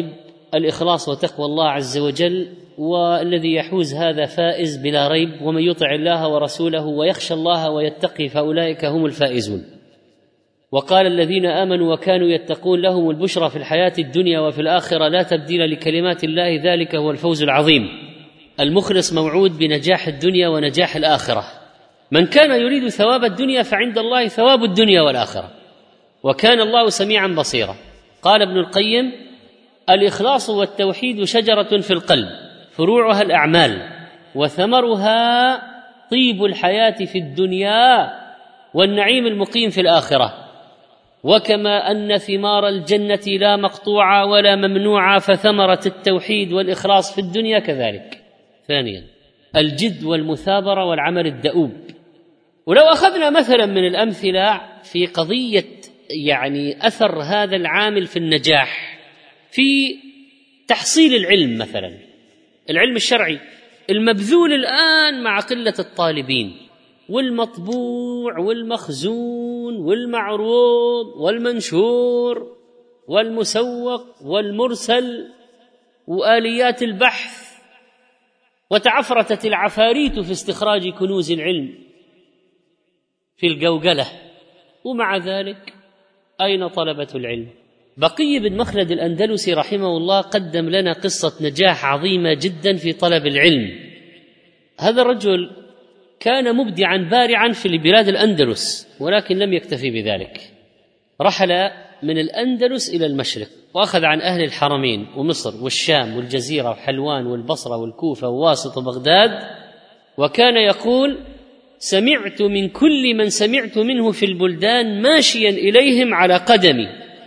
الإخلاص وتقوى الله عز وجل، والذي يحوز هذا فائز بلا ريب، ومن يطع الله ورسوله ويخشى الله ويتقي فأولئك هم الفائزون. وقال الذين آمنوا وكانوا يتقون لهم البشرى في الحياة الدنيا وفي الآخرة لا تبديل لكلمات الله ذلك هو الفوز العظيم. المخلص موعود بنجاح الدنيا ونجاح الآخرة. من كان يريد ثواب الدنيا فعند الله ثواب الدنيا والآخرة، وكان الله سميعا بصيرا. قال ابن القيم: الإخلاص والتوحيد شجرة في القلب فروعها الأعمال وثمرها طيب الحياة في الدنيا والنعيم المقيم في الآخرة. وكما أن ثمار الجنة لا مقطوعة ولا ممنوعة فثمرة التوحيد والإخلاص في الدنيا كذلك. ثانيا، الجد والمثابرة والعمل الدؤوب. ولو أخذنا مثلا من الأمثلة في قضية أثر هذا العامل في النجاح في تحصيل العلم، مثلا العلم الشرعي المبذول الآن مع قلة الطالبين، والمطبوع والمخزون والمعروض والمنشور والمسوق والمرسل وآليات البحث، وتعفرتت العفاريت في استخراج كنوز العلم في الجوجلة، ومع ذلك أين طلبة العلم؟ بقي بن مخلد الأندلسي رحمه الله قدم لنا قصة نجاح عظيمة جدا في طلب العلم. هذا الرجل كان مبدعا بارعا في بلاد الأندلس، ولكن لم يكتفي بذلك، رحل من الأندلس إلى المشرق وأخذ عن أهل الحرمين ومصر والشام والجزيرة وحلوان والبصرة والكوفة وواسط وبغداد، وكان يقول: سمعت من كل من سمعت منه في البلدان ماشيا إليهم على قدمي.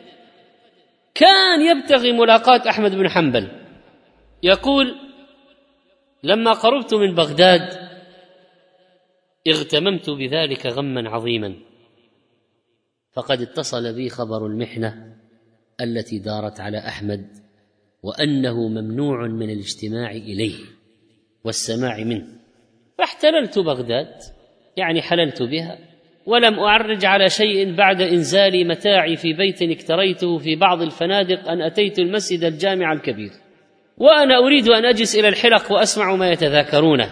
كان يبتغي ملاقاة أحمد بن حنبل. يقول: لما قربت من بغداد اغتممت بذلك غما عظيما، فقد اتصل بي خبر المحنة التي دارت على أحمد، وأنه ممنوع من الاجتماع إليه والسماع منه، فاحتللت بغداد، حللت بها، ولم أعرج على شيء بعد إنزال متاعي في بيت اكتريته في بعض الفنادق أن أتيت المسجد الجامع الكبير، وأنا أريد أن أجلس إلى الحلق وأسمع ما يتذاكرونه،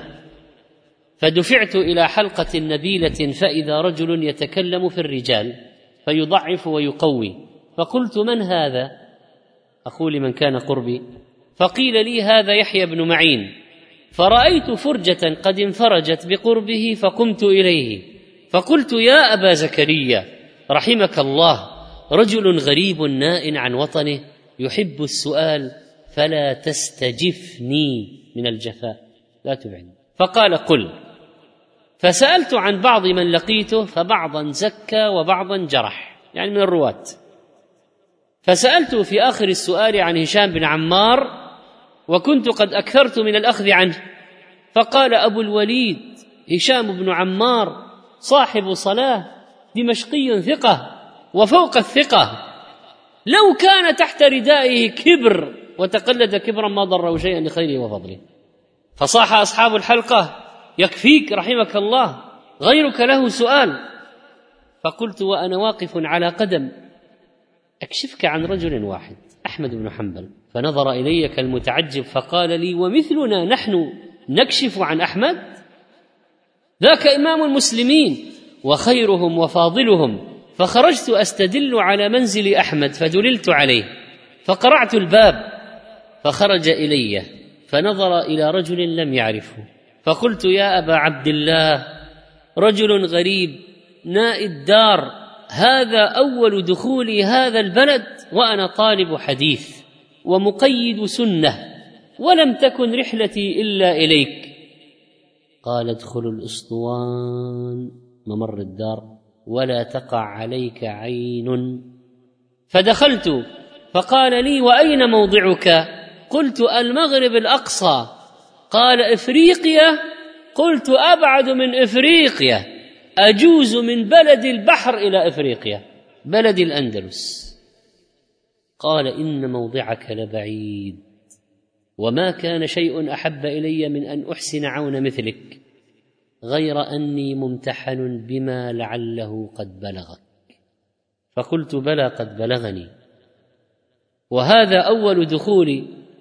فدفعت إلى حلقة نبيلة فإذا رجل يتكلم في الرجال فيضعف ويقوي، فقلت: من هذا؟ أقول لمن كان قربي، فقيل لي: هذا يحيى بن معين. فرأيت فرجة قد انفرجت بقربه فقمت إليه فقلت: يا أبا زكريا رحمك الله، رجل غريب نائن عن وطنه يحب السؤال فلا تستجفني من الجفاء، لا تبعني. فقال: قل. فسألت عن بعض من لقيته فبعضا زكى وبعضا جرح، من الرواة. فسألت في آخر السؤال عن هشام بن عمار، وكنت قد أكثرت من الأخذ عنه، فقال أبو الوليد: هشام بن عمار صاحب صلاة دمشقي ثقة وفوق الثقة، لو كان تحت ردائه كبر وتقلد كبرا ما ضره شيئا لخيره وفضله. فصاح أصحاب الحلقة: يكفيك رحمك الله، غيرك له سؤال. فقلت وأنا واقف على قدم: أكشفك عن رجل واحد، أحمد بن حنبل. فنظر إلي كالمتعجب فقال لي: ومثلنا نحن نكشف عن أحمد؟ ذاك إمام المسلمين وخيرهم وفاضلهم. فخرجت أستدل على منزل أحمد فدللت عليه، فقرعت الباب فخرج إلي فنظر إلى رجل لم يعرفه، فقلت: يا أبا عبد الله، رجل غريب نائي الدار، هذا أول دخولي هذا البلد وأنا طالب حديث ومقيد سنة، ولم تكن رحلتي إلا إليك. قال: ادخل الأسطوان ممر الدار ولا تقع عليك عين. فدخلت فقال لي: وأين موضعك؟ قلت: المغرب الأقصى. قال: إفريقيا؟ قلت: أبعد من إفريقيا، أجوز من بلد البحر إلى إفريقيا، بلد الأندلس. قال: إن موضعك لبعيد، وما كان شيء أحب إلي من أن أحسن عون مثلك، غير أني ممتحن بما لعله قد بلغك. فقلت: بلى قد بلغني، وهذا أول دخولي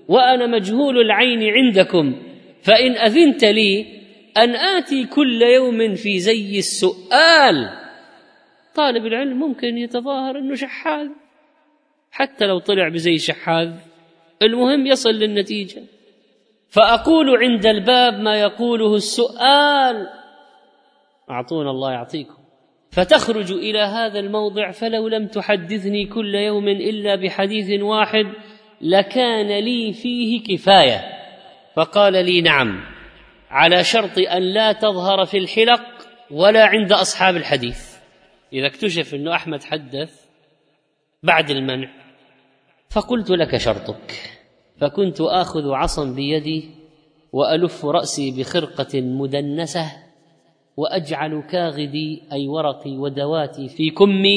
وأنا مجهول العين عندكم، فإن أذنت لي أن آتي كل يوم في زي السؤال. طالب العلم ممكن يتظاهر أنه شحاذ، حتى لو طلع بزي شحاذ المهم يصل للنتيجة. فأقول عند الباب ما يقوله السؤال، أعطونا الله يعطيكم. فتخرج إلى هذا الموضع، فلو لم تحدثني كل يوم إلا بحديث واحد لكان لي فيه كفاية. فقال لي نعم، على شرط أن لا تظهر في الحلق ولا عند أصحاب الحديث. إذا اكتشف أن أحمد حدث بعد المنع. فقلت لك شرطك. فكنت آخذ عصا بيدي وألف رأسي بخرقة مدنسة وأجعل كاغدي أي ورقي ودواتي في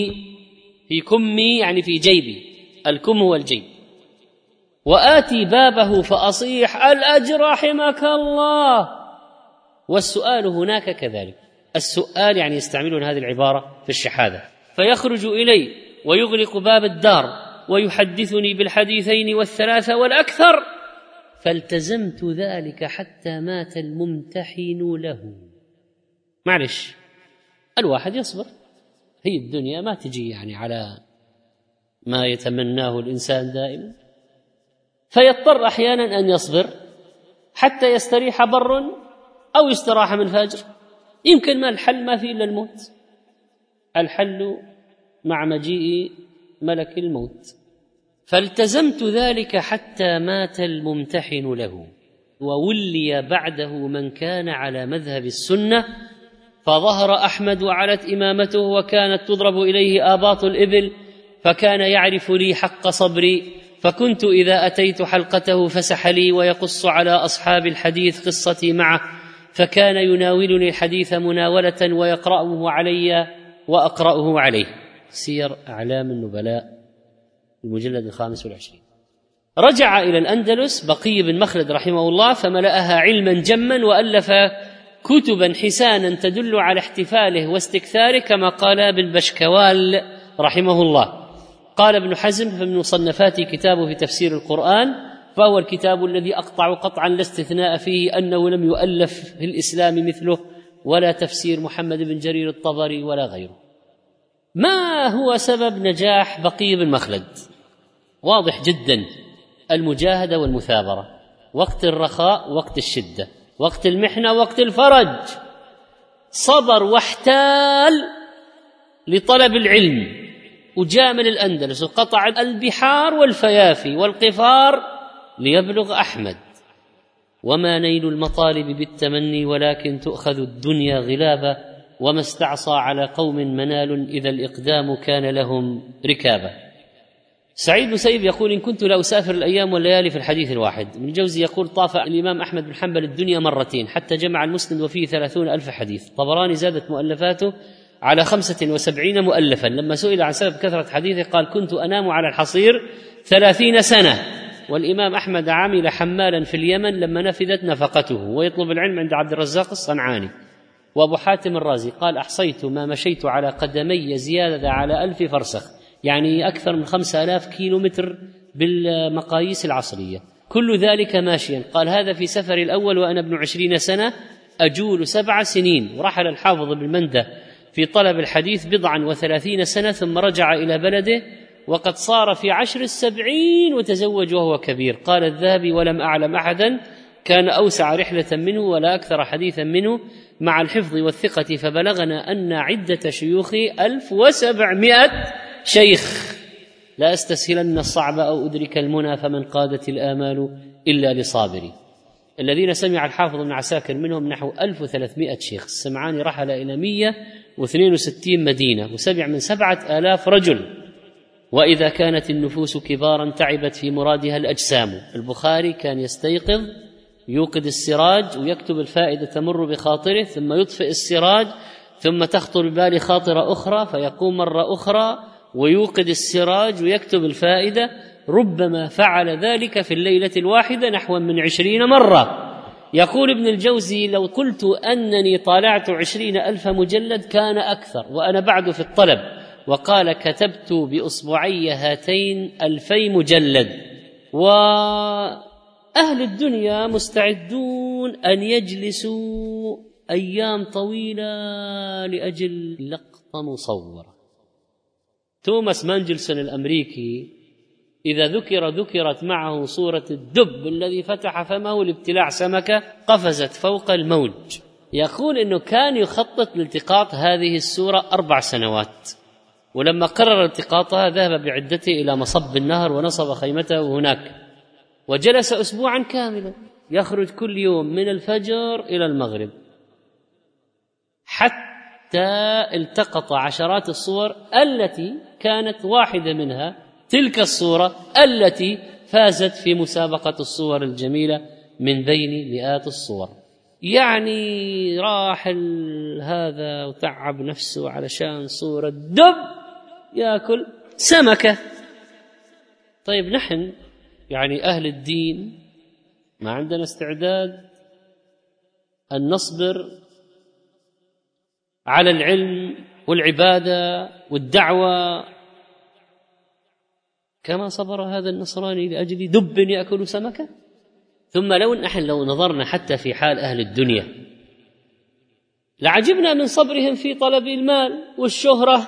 كمي يعني في جيبي، الكم هو الجيب، وآتي بابه فأصيح الأجر رحمك الله. والسؤال هناك كذلك، السؤال يعني يستعملون هذه العبارة في الشحاذة. فيخرج إلي ويغلق باب الدار ويحدثني بالحديثين والثلاثة والأكثر، فالتزمت ذلك حتى مات الممتحن له. معلش، الواحد يصبر، هي الدنيا ما تجي يعني على ما يتمناه الإنسان دائما، فيضطر أحيانا أن يصبر حتى يستريح بر أو يستراح من فاجر. يمكن ما الحل ما في إلا الموت، الحل مع مجيء ملك الموت. فالتزمت ذلك حتى مات الممتحن له، وولي بعده من كان على مذهب السنة، فظهر أحمد وعلت إمامته، وكانت تضرب إليه آباط الإبل، فكان يعرف لي حق صبري. فكنت إذا أتيت حلقته فسح لي ويقص على أصحاب الحديث قصتي معه، فكان يناولني الحديث مناولة ويقرأه علي وأقرأه عليه. سير أعلام النبلاء المجلد 25. رجع إلى الأندلس بقي بن مخلد رحمه الله فملأها علما جما، وألف كتبا حسانا تدل على احتفاله واستكثاره، كما قال ابن بشكوال رحمه الله. قال ابن حزم في مصنفاته كتابه في تفسير القرآن، فهو الكتاب الذي أقطع قطعا لا استثناء فيه أنه لم يؤلف في الإسلام مثله، ولا تفسير محمد بن جرير الطبري ولا غيره. ما هو سبب نجاح بقي بن مخلد؟ واضح جدا، المجاهدة والمثابرة، وقت الرخاء وقت الشدة، وقت المحنة وقت الفرج، صبر واحتال لطلب العلم، وجامل الأندلس وقطع البحار والفيافي والقفار ليبلغ أحمد. وما نيل المطالب بالتمني، ولكن تؤخذ الدنيا غلابة، وما استعصى على قوم منال إذا الإقدام كان لهم ركابة. سعيد بن سيب يقول: إن كنت لا أسافر الأيام والليالي في الحديث الواحد. ابن الجوزي يقول: طاف الإمام أحمد بن حنبل الدنيا مرتين حتى جمع المسند وفيه 30,000 حديث. طبراني زادت مؤلفاته على 75 مؤلفا. لما سئل عن سبب كثرة حديثه قال: كنت أنام على الحصير 30 سنة. والإمام أحمد عمل حمالا في اليمن لما نفذت نفقته، ويطلب العلم عند عبد الرزاق الصنعاني. وأبو حاتم الرازي قال: أحصيت ما مشيت على قدمي زيادة على 1000 فرسخ، يعني أكثر من 5000 كيلومتر بالمقاييس العصرية، كل ذلك ماشيا. قال: هذا في سفر الأول وأنا ابن 20 سنة أجول 7 سنين. ورحل الحافظ بن منده في طلب الحديث 37 سنة، ثم رجع إلى بلده وقد صار في 10 70 وتزوج وهو كبير. قال الذهبي: ولم أعلم أحدا كان أوسع رحلة منه ولا أكثر حديثا منه مع الحفظ والثقة، فبلغنا أن عدة شيوخي 1700 شيخ. لا أستسهلن الصعب أو أدرك المنى، فمن قادت الآمال إلا لصابري. الذين سمع الحافظ بن عساكر منهم نحو 1300 شيخ. السمعاني رحل إلى 162 مدينة وسمع من 7000 رجل. وإذا كانت النفوس كبارا تعبت في مرادها الأجسام. البخاري كان يستيقظ يوقد السراج ويكتب الفائدة تمر بخاطره، ثم يطفئ السراج، ثم تخطر ببال خاطرة أخرى، فيقوم مرة أخرى ويوقد السراج ويكتب الفائدة. ربما فعل ذلك في الليلة الواحدة نحو من 20 مرة. يقول ابن الجوزي: لو قلت أنني طالعت 20,000 مجلد كان أكثر، وأنا بعد في الطلب. وقال: كتبت بأصبعي هاتين 2000 مجلد. أهل الدنيا مستعدون أن يجلسوا أيام طويلة لأجل لقطة مصورة. توماس مانجلسون الأمريكي إذا ذكرت معه صورة الدب الذي فتح فمه لابتلاع سمكة قفزت فوق الموج، يقول إنه كان يخطط لالتقاط هذه الصورة 4 سنوات، ولما قرر التقاطها ذهب بعدته إلى مصب النهر ونصب خيمته هناك، وجلس أسبوعا كاملا يخرج كل يوم من الفجر إلى المغرب، حتى التقط عشرات الصور التي كانت واحدة منها تلك الصورة التي فازت في مسابقة الصور الجميلة من بين مئات الصور. يعني راح هذا وتعب نفسه علشان صورة دب يأكل سمكة. طيب نحن يعني أهل الدين ما عندنا استعداد أن نصبر على العلم والعبادة والدعوة كما صبر هذا النصراني لأجل دب يأكل سمكة؟ ثم لو نظرنا حتى في حال أهل الدنيا لعجبنا من صبرهم في طلب المال والشهرة.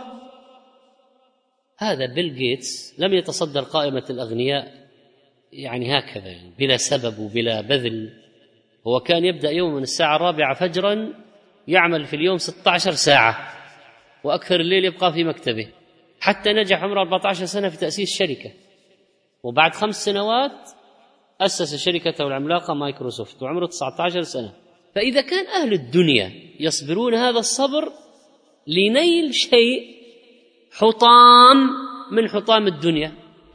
هذا بيل جيتس لم يتصدر قائمة الأغنياء يعني هكذا يعني بلا سبب وبلا بذل. هو كان يبدأ يوم من الساعة 4 فجرا يعمل في اليوم 16 ساعة وأكثر الليل يبقى في مكتبه، حتى نجح عمره 14 سنة في تأسيس شركة، وبعد 5 سنوات أسس شركته العملاقة مايكروسوفت وعمره 19 سنة. فإذا كان أهل الدنيا يصبرون هذا الصبر لنيل شيء حطام من حطام الدنيا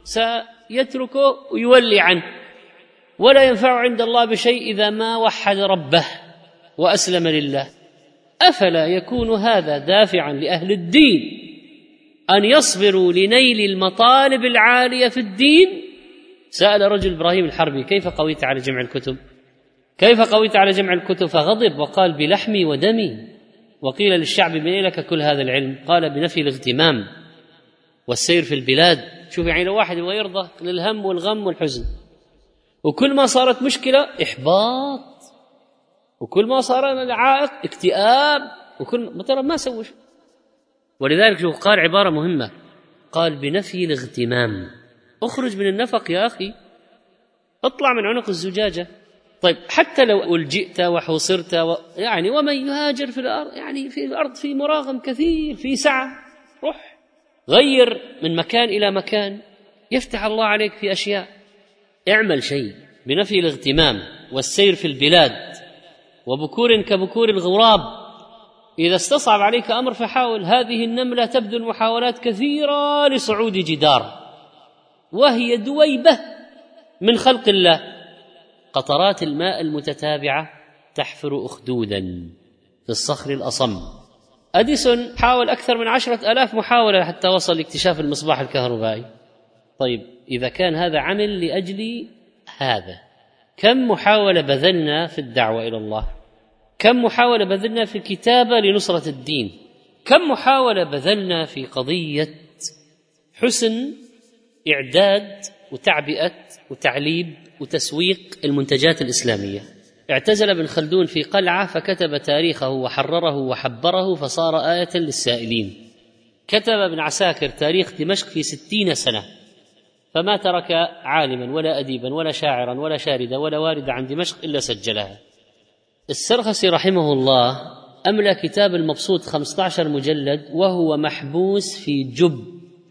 سيتركه ويولي عنه، ولا ينفع عند الله بشيء إذا ما وحد ربه وأسلم لله، أفلا يكون هذا دافعا لأهل الدين أن يصبروا لنيل المطالب العالية في الدين؟ سأل رجل إبراهيم الحربي: كيف قويت على جمع الكتب؟ كيف قويت على جمع الكتب؟ فغضب وقال: بلحمي ودمي. وقيل للشعب: من لك كل هذا العلم؟ قال: بنفي الاغتمام والسير في البلاد. شوف يعني لو واحد يبغى يرضى للهم والغم والحزن، وكل ما صارت مشكلة إحباط، وكل ما صار عائق اكتئاب، وكل ترى ما سوى شيء. ولذلك شوف قال عبارة مهمة، قال: بنفي الاغتمام. اخرج من النفق يا أخي، اطلع من عنق الزجاجة. طيب حتى لو ألجئت وحوصرت يعني ومن يهاجر في الأرض، يعني في الأرض في مراغم كثير، في سعة، روح غير من مكان إلى مكان، يفتح الله عليك في أشياء. اعمل شيء بنفي الاغتمام والسير في البلاد، وبكور كبكور الغراب. إذا استصعب عليك أمر فحاول. هذه النملة تبذل محاولات كثيرة لصعود جدار، وهي دويبة من خلق الله. قطرات الماء المتتابعة تحفر أخدودا في الصخر الأصم. أديسون حاول أكثر من 10,000 محاولة حتى وصل لاكتشاف المصباح الكهربائي. طيب إذا كان هذا عمل لأجل هذا، كم محاولة بذلنا في الدعوة إلى الله؟ كم محاولة بذلنا في الكتابة لنصرة الدين؟ كم محاولة بذلنا في قضية حسن إعداد وتعبئة وتعليب وتسويق المنتجات الإسلامية؟ اعتزل ابن خلدون في قلعة فكتب تاريخه وحرره وحبره فصار آية للسائلين. كتب ابن عساكر تاريخ دمشق في 60 سنة، فما ترك عالما ولا أديبا ولا شاعرا ولا شاردا ولا واردا عن دمشق إلا سجلها. السرخسي رحمه الله أملى كتاب المبسوط 15 مجلد وهو محبوس في جب،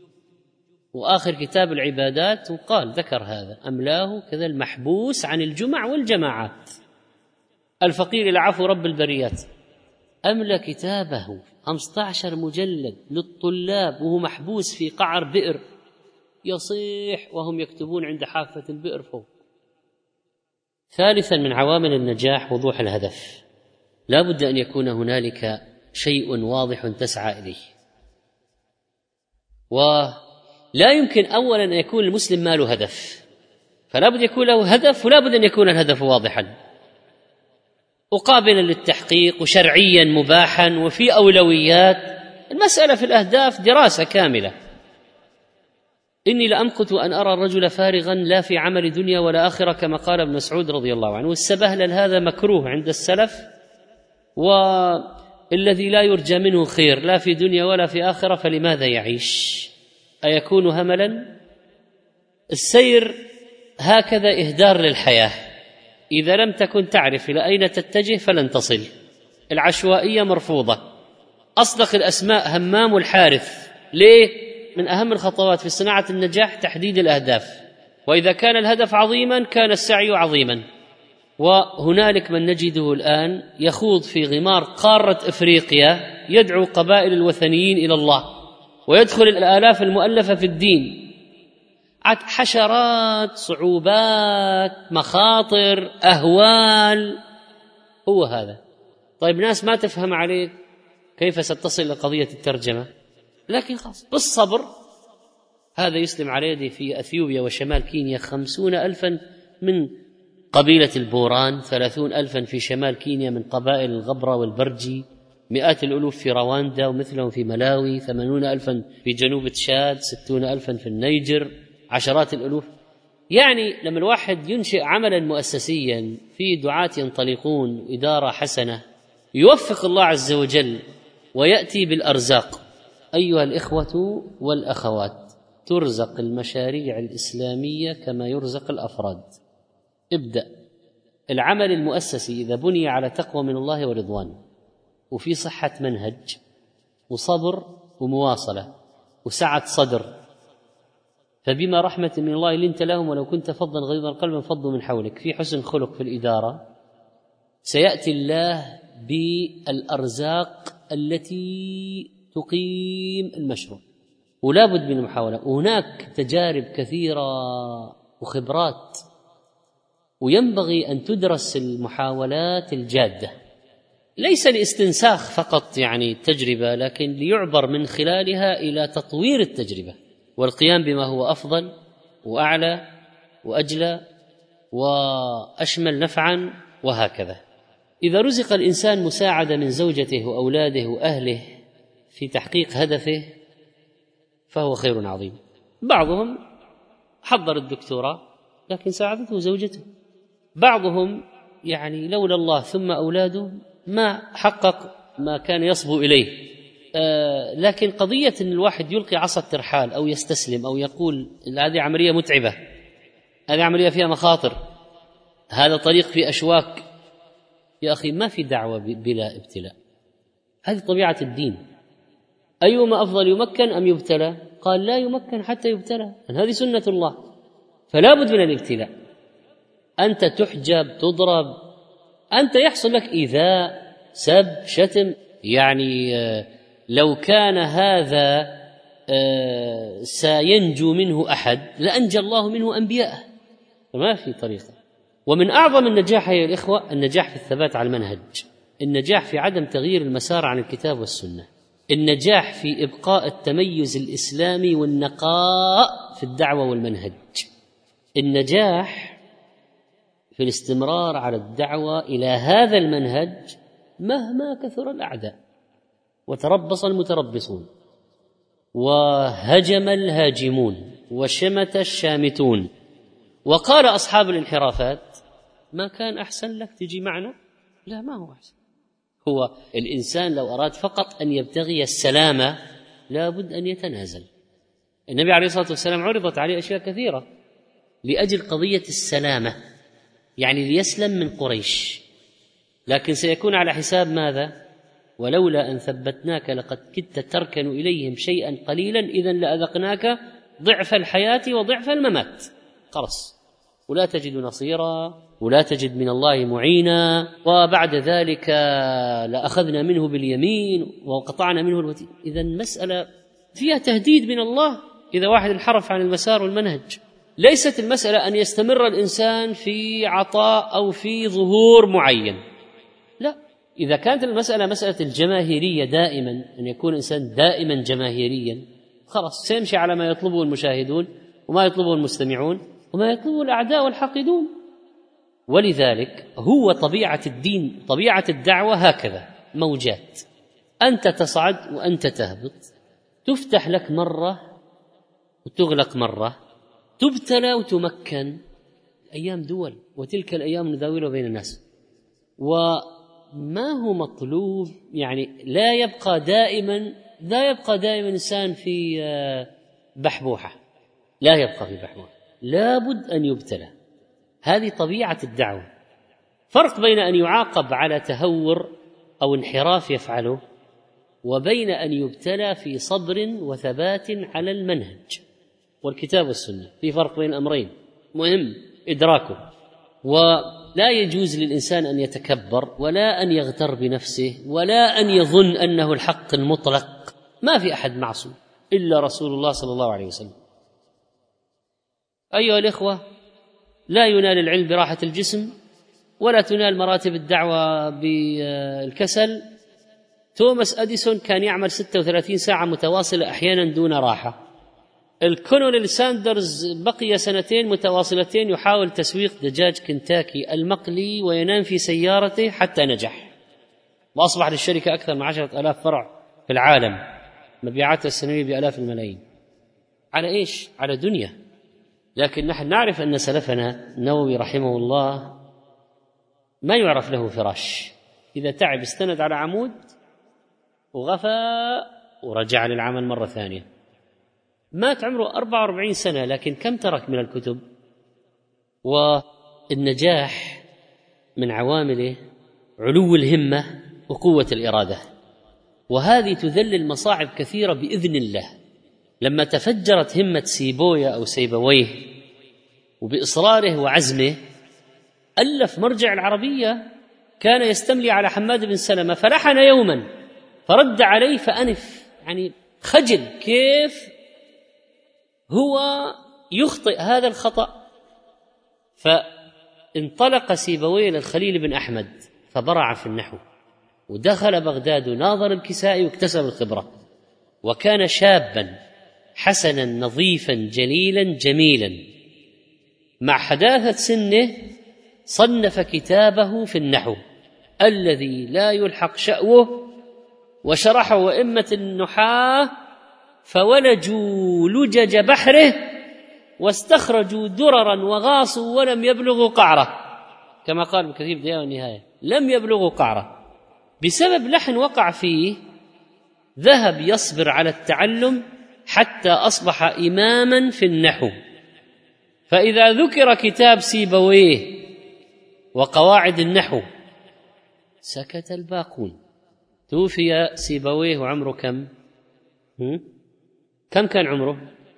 وآخر كتاب العبادات وقال ذكر هذا أملاه كذا المحبوس عن الجمع والجماعات. الفقير إلى عفو رب البريات أملى كتابه 15 مجلد للطلاب وهو محبوس في قعر بئر، يصيح وهم يكتبون عند حافة البئر فوق. ثالثا من عوامل النجاح وضوح الهدف. لا بد أن يكون هنالك شيء واضح تسعى إليه، ولا يمكن أولا أن يكون المسلم ما له هدف، فلا بد يكون له هدف، ولا بد أن يكون الهدف واضحا وقابلا للتحقيق وشرعيا مباحا وفي أولويات. المسألة في الأهداف دراسة كاملة. إني لأمقت أن أرى الرجل فارغا لا في عمل دنيا ولا آخرة، كما قال ابن مسعود رضي الله عنه. والسبهلل هذا مكروه عند السلف، والذي لا يرجى منه خير لا في دنيا ولا في آخرة فلماذا يعيش؟ أيكون هملا؟ السير هكذا إهدار للحياة، إذا لم تكن تعرف إلى أين تتجه فلن تصل. العشوائية مرفوضة. أصدق الأسماء همام الحارث. ليه؟ من أهم الخطوات في صناعة النجاح تحديد الأهداف، وإذا كان الهدف عظيما كان السعي عظيما. وهنالك من نجده الآن يخوض في غمار قارة إفريقيا يدعو قبائل الوثنيين إلى الله، ويدخل الآلاف المؤلفة في الدين، حشرات، صعوبات، مخاطر، أهوال. هو هذا. طيب ناس ما تفهم عليك، كيف ستصل إلى قضية الترجمة؟ لكن خلاص بالصبر. هذا يسلم على يدي في أثيوبيا وشمال كينيا 50,000 من قبيلة البوران، 30,000 في شمال كينيا من قبائل الغبرة والبرجي، 100 الألوف في رواندا ومثلهم في ملاوي، 80,000 في جنوب تشاد، 60,000 في النيجر، عشرات الألوف. يعني لما الواحد ينشئ عملا مؤسسيا في دعاة ينطلقون، إدارة حسنة، يوفق الله عز وجل ويأتي بالأرزاق. أيها الإخوة والأخوات، ترزق المشاريع الإسلامية كما يرزق الأفراد. ابدأ. العمل المؤسسي إذا بني على تقوى من الله ورضوان، وفي صحة منهج وصبر ومواصلة وسعة صدر، فبما رحمة من الله لنت لهم ولو كنت فظا غليظ القلب انفضوا من حولك، في حسن خلق في الإدارة، سيأتي الله بالأرزاق التي تقيم المشروع. ولا بد من المحاولة، وهناك تجارب كثيرة وخبرات، وينبغي أن تدرس المحاولات الجادة، ليس لاستنساخ فقط يعني التجربة، لكن ليعبر من خلالها إلى تطوير التجربة والقيام بما هو أفضل وأعلى وأجلى وأشمل نفعا، وهكذا. إذا رزق الإنسان مساعدة من زوجته وأولاده وأهله في تحقيق هدفه فهو خير عظيم. بعضهم حضر الدكتوراه لكن ساعدته زوجته، بعضهم يعني لولا الله ثم أولاده ما حقق ما كان يصبو إليه. لكن قضية أن الواحد يلقي عصا الترحال أو يستسلم أو يقول هذه عملية متعبة، هذه عملية فيها مخاطر، هذا طريق في أشواك، يا أخي ما في دعوة بلا ابتلاء. هذه طبيعة الدين. أيما أفضل يمكن أم يبتلى؟ قال لا يمكن حتى يبتلى، هذه سنة الله، فلا بد من الابتلاء. أنت تحجب، تضرب، أنت يحصل لك إيذاء، سب، شتم، يعني لو كان هذا سينجو منه أحد لأنجى الله منه أنبياءه، فما في طريقة. ومن أعظم النجاح يا الإخوة النجاح في الثبات على المنهج، النجاح في عدم تغيير المسار عن الكتاب والسنة، النجاح في إبقاء التميز الإسلامي والنقاء في الدعوة والمنهج، النجاح في الاستمرار على الدعوة إلى هذا المنهج مهما كثر الأعداء وتربص المتربصون وهجم الهاجمون وشمت الشامتون. وقال أصحاب الانحرافات ما كان أحسن لك تجي معنا؟ لا، ما هو أحسن. هو الإنسان لو أراد فقط أن يبتغي السلامة لا بد أن يتنازل. النبي عليه الصلاة والسلام عرضت عليه أشياء كثيرة لأجل قضية السلامة، يعني ليسلم من قريش، لكن سيكون على حساب ماذا؟ ولولا أن ثبتناك لقد كدت تركن إليهم شيئا قليلا إذن لأذقناك ضعف الحياة وضعف الممات. خلاص، ولا تجد نصيرا ولا تجد من الله معينا، وبعد ذلك لأخذنا منه باليمين وقطعنا منه الوتين. إذن مسألة فيها تهديد من الله إذا واحد انحرف عن المسار والمنهج. ليست المسألة أن يستمر الإنسان في عطاء أو في ظهور معين، لا. إذا كانت المسألة مسألة الجماهيرية دائما، أن يكون إنسان دائما جماهيريا، خلاص سيمشي على ما يطلبه المشاهدون وما يطلبه المستمعون وما يطلبه الأعداء والحاقدون. ولذلك هو طبيعة الدين، طبيعة الدعوة هكذا، موجات، أنت تصعد وأنت تهبط، تفتح لك مرة وتغلق مرة، تبتلى وتمكن. أيام دول، وتلك الأيام نداولها بين الناس. وما هو مطلوب، يعني لا يبقى دائما إنسان في بحبوحة، لا يبقى في بحبوحة، لابد أن يبتلى. هذه طبيعة الدعوة. فرق بين أن يعاقب على تهور أو انحراف يفعله، وبين أن يبتلى في صبر وثبات على المنهج والكتاب والسنة. في فرق بين الأمرين مهم إدراكه. ولا يجوز للإنسان أن يتكبر، ولا أن يغتر بنفسه، ولا أن يظن أنه الحق المطلق. ما في أحد معصوم إلا رسول الله صلى الله عليه وسلم. أيها الإخوة، لا ينال العلم براحة الجسم، ولا تنال مراتب الدعوة بالكسل. توماس أديسون كان يعمل 36 ساعة متواصلة أحيانا دون راحة. الكولونيل ساندرز بقي 2 متواصلتين يحاول تسويق دجاج كنتاكي المقلي وينام في سيارته حتى نجح، وأصبح للشركة أكثر من 10,000 فرع في العالم، مبيعاتها السنوية بآلاف الملايين. على إيش؟ على دنيا. لكن نحن نعرف أن سلفنا النووي رحمه الله ما يعرف له فراش. إذا تعب استند على عمود وغفى ورجع للعمل مرة ثانية. مات عمره 44 سنة، لكن كم ترك من الكتب؟ والنجاح من عوامله علو الهمة وقوة الإرادة، وهذه تذلل مصاعب كثيرة بإذن الله. لما تفجرت همة سيبويه أو سيبويه وبإصراره وعزمه ألف مرجع العربية، كان يستملي على حماد بن سلمة فلحن يوما فرد عليه فأنف، يعني خجل كيف هو يخطئ هذا الخطأ. فانطلق سيبويه للخليل بن أحمد فبرع في النحو، ودخل بغداد وناظر الكسائي واكتسب الخبرة، وكان شابا حسنا نظيفا جليلا جميلا. مع حداثة سنه صنف كتابه في النحو الذي لا يلحق شأوه، وشرحه أئمة النحاة فولجوا لجج بحره واستخرجوا دررا وغاصوا ولم يبلغوا قعره، كما قال ابن كثير بداية والنهاية، لم يبلغوا قعره. بسبب لحن وقع فيه ذهب يصبر على التعلم حتى أصبح إماما في النحو. فإذا ذكر كتاب سيبويه وقواعد النحو سكت الباقون. توفي سيبويه وعمره كم كان عمره؟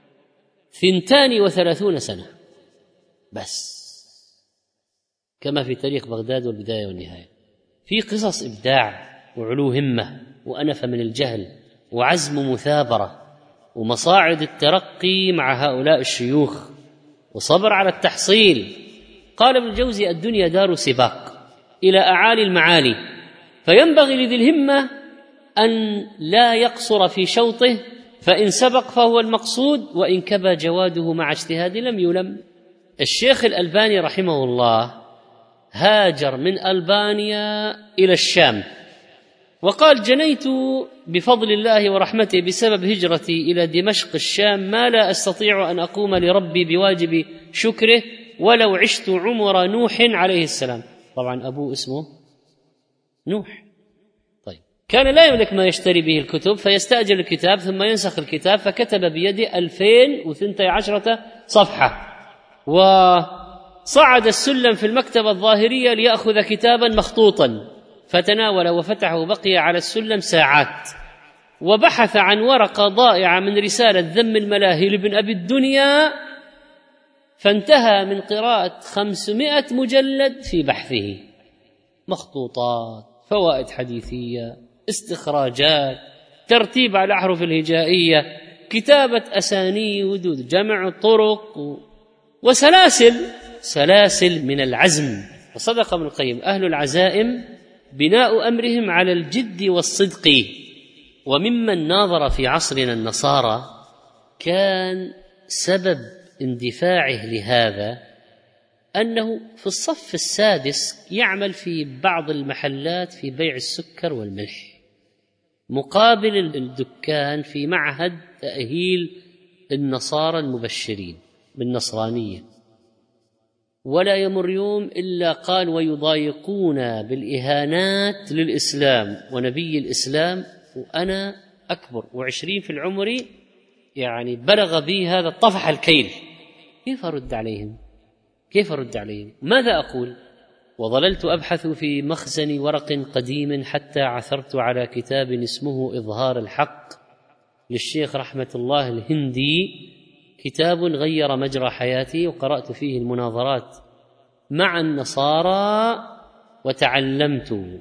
32 سنة بس، كما في تاريخ بغداد والبداية والنهاية. في قصص إبداع وعلو همة وأنف من الجهل وعزم مثابرة ومصاعد الترقي مع هؤلاء الشيوخ وصبر على التحصيل. قال ابن الجوزي: الدنيا دار سباق إلى أعالي المعالي، فينبغي لذي الهمة أن لا يقصر في شوطه، فإن سبق فهو المقصود، وإن كبى جواده مع اجتهاد لم يلم. الشيخ الألباني رحمه الله هاجر من ألبانيا إلى الشام، وقال: جنيت بفضل الله ورحمته بسبب هجرتي إلى دمشق الشام ما لا أستطيع أن أقوم لربي بواجب شكره ولو عشت عمر نوح عليه السلام. طبعا أبوه اسمه نوح. طيب، كان لا يملك ما يشتري به الكتب، فيستأجر الكتاب ثم ينسخ الكتاب، فكتب بيده 2012 صفحة، وصعد السلم في المكتبة الظاهرية ليأخذ كتابا مخطوطا، فتناول وفتحه وبقي على السلم ساعات، وبحث عن ورقة ضائعة من رسالة ذم الملاهي لابن أبي الدنيا، فانتهى من قراءة 500 مجلد في بحثه، مخطوطات، فوائد حديثية، استخراجات، ترتيب على الأحرف الهجائية، كتابة أسانيد، جمع طرق، وسلاسل من العزم. وصدق ابن القيم: أهل العزائم بناء أمرهم على الجد والصدق. وممن ناظر في عصرنا النصارى كان سبب اندفاعه لهذا أنه في الصف السادس يعمل في بعض المحلات في بيع السكر والملح، مقابل الدكان في معهد تأهيل النصارى المبشرين بالنصرانية، ولا يمر يوم إلا قال ويضايقون بالإهانات للإسلام ونبي الإسلام، وأنا أكبر و20 في العمر، يعني بلغ بي هذا طفح الكيل. كيف أرد عليهم؟ كيف أرد عليهم؟ ماذا أقول؟ وظللت أبحث في مخزن ورق قديم حتى عثرت على كتاب اسمه إظهار الحق للشيخ رحمة الله الهندي، كتاب غير مجرى حياتي، وقرأت فيه المناظرات مع النصارى وتعلمت،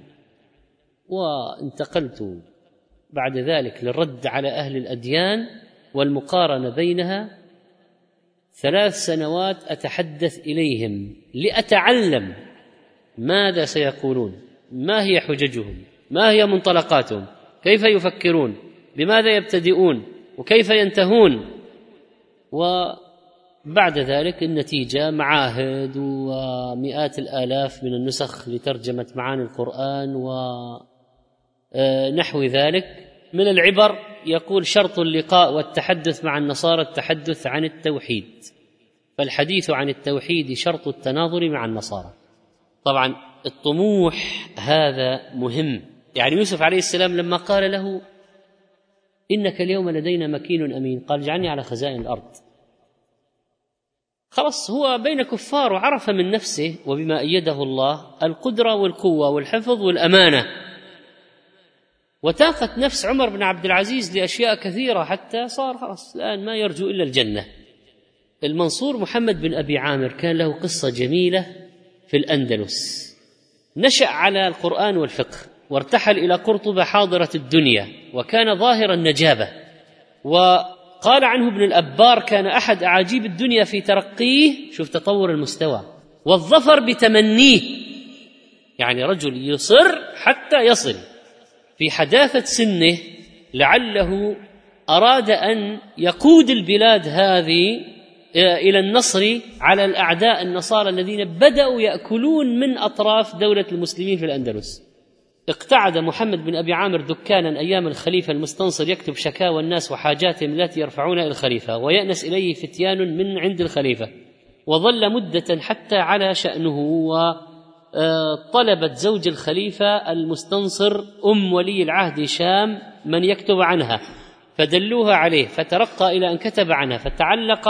وانتقلت بعد ذلك للرد على أهل الأديان والمقارنة بينها. 3 سنوات أتحدث إليهم لأتعلم ماذا سيقولون، ما هي حججهم، ما هي منطلقاتهم، كيف يفكرون، بماذا يبتدئون، وكيف ينتهون. وبعد ذلك النتيجة معاهد ومئات الآلاف من النسخ لترجمة معاني القرآن ونحو ذلك من العبر. يقول شرط اللقاء والتحدث مع النصارى التحدث عن التوحيد، فالحديث عن التوحيد شرط التناظر مع النصارى. طبعا الطموح هذا مهم. يعني يوسف عليه السلام لما قال له إنك اليوم لدينا مكين أمين، قال اجعلني على خزائن الأرض. خلاص هو بين كفار، وعرف من نفسه وبما أيده الله القدرة والقوة والحفظ والأمانة. وتاقت نفس عمر بن عبد العزيز لأشياء كثيرة حتى صار خلاص الآن ما يرجو إلا الجنة. المنصور محمد بن أبي عامر كان له قصة جميلة في الأندلس، نشأ على القرآن والفقه، وارتحل إلى قرطبة حاضرة الدنيا، وكان ظاهر النجابة. وقال عنه ابن الأبار كان أحد أعاجيب الدنيا في ترقيه، شوف تطور المستوى، والظفر بتمنيه، يعني رجل يصر حتى يصل في حداثة سنه، لعله أراد أن يقود البلاد هذه إلى النصر على الأعداء النصارى الذين بدأوا يأكلون من أطراف دولة المسلمين في الأندلس. اقتعد محمد بن أبي عامر دكانا أيام الخليفة المستنصر يكتب شكاوى الناس وحاجاتهم التي يرفعونها إلى الخليفة، ويأنس إليه فتيان من عند الخليفة، وظل مدة حتى على شأنه. وطلبت زوج الخليفة المستنصر ولي العهد هشام من يكتب عنها، فدلوها عليه، فترقى إلى أن كتب عنها، فتعلق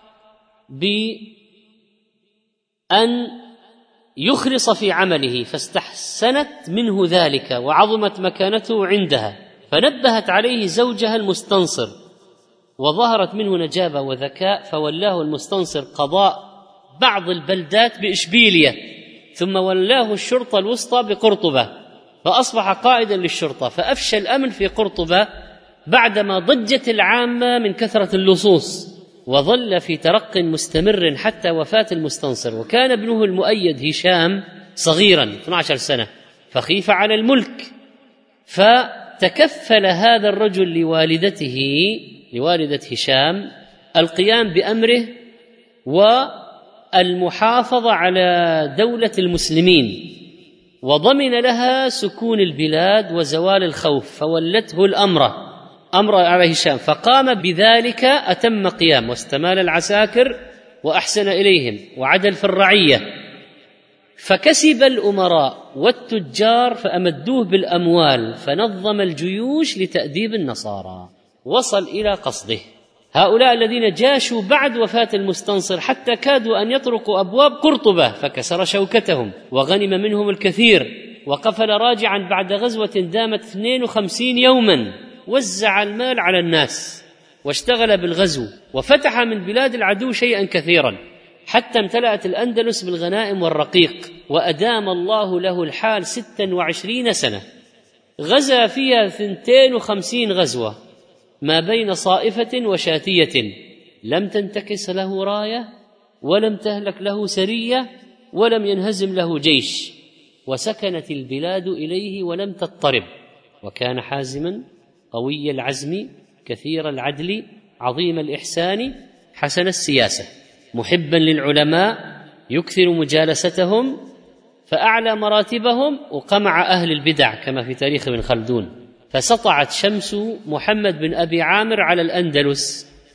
بأن يخلص في عمله، فاستحسنت منه ذلك وعظمت مكانته عندها، فنبهت عليه زوجها المستنصر، وظهرت منه نجابة وذكاء، فولاه المستنصر قضاء بعض البلدات بإشبيلية، ثم ولاه الشرطة الوسطى بقرطبة، فأصبح قائدا للشرطة، فأفشى الأمن في قرطبة بعدما ضجت العامة من كثرة اللصوص، وظل في ترق مستمر حتى وفاة المستنصر. وكان ابنه المؤيد هشام صغيرا 12 سنة، فخيف على الملك، فتكفل هذا الرجل لوالدة هشام القيام بأمره والمحافظة على دولة المسلمين، وضمن لها سكون البلاد وزوال الخوف، فولته الأمر على هشام، فقام بذلك أتم قيام، واستمال العساكر وأحسن إليهم، وعدل في الرعية، فكسب الأمراء والتجار فأمدوه بالأموال، فنظم الجيوش لتأديب النصارى، وصل إلى قصده. هؤلاء الذين جاشوا بعد وفاة المستنصر حتى كادوا أن يطرقوا أبواب قرطبة، فكسر شوكتهم وغنم منهم الكثير، وقفل راجعا بعد غزوة دامت 52 يوما، وزع المال على الناس واشتغل بالغزو، وفتح من بلاد العدو شيئا كثيرا، حتى امتلأت الأندلس بالغنائم والرقيق، وأدام الله له الحال 26 سنة، غزا فيها 52 غزوة ما بين صائفة وشاتية، لم تنتكس له راية، ولم تهلك له سرية، ولم ينهزم له جيش، وسكنت البلاد إليه ولم تضطرب، وكان حازما قوي العزم كثير العدل عظيم الإحسان حسن السياسة، محبا للعلماء يكثر مجالستهم، فأعلى مراتبهم، وقمع أهل البدع كما في تاريخ ابن خلدون، فسطعت شمس محمد بن أبي عامر على الأندلس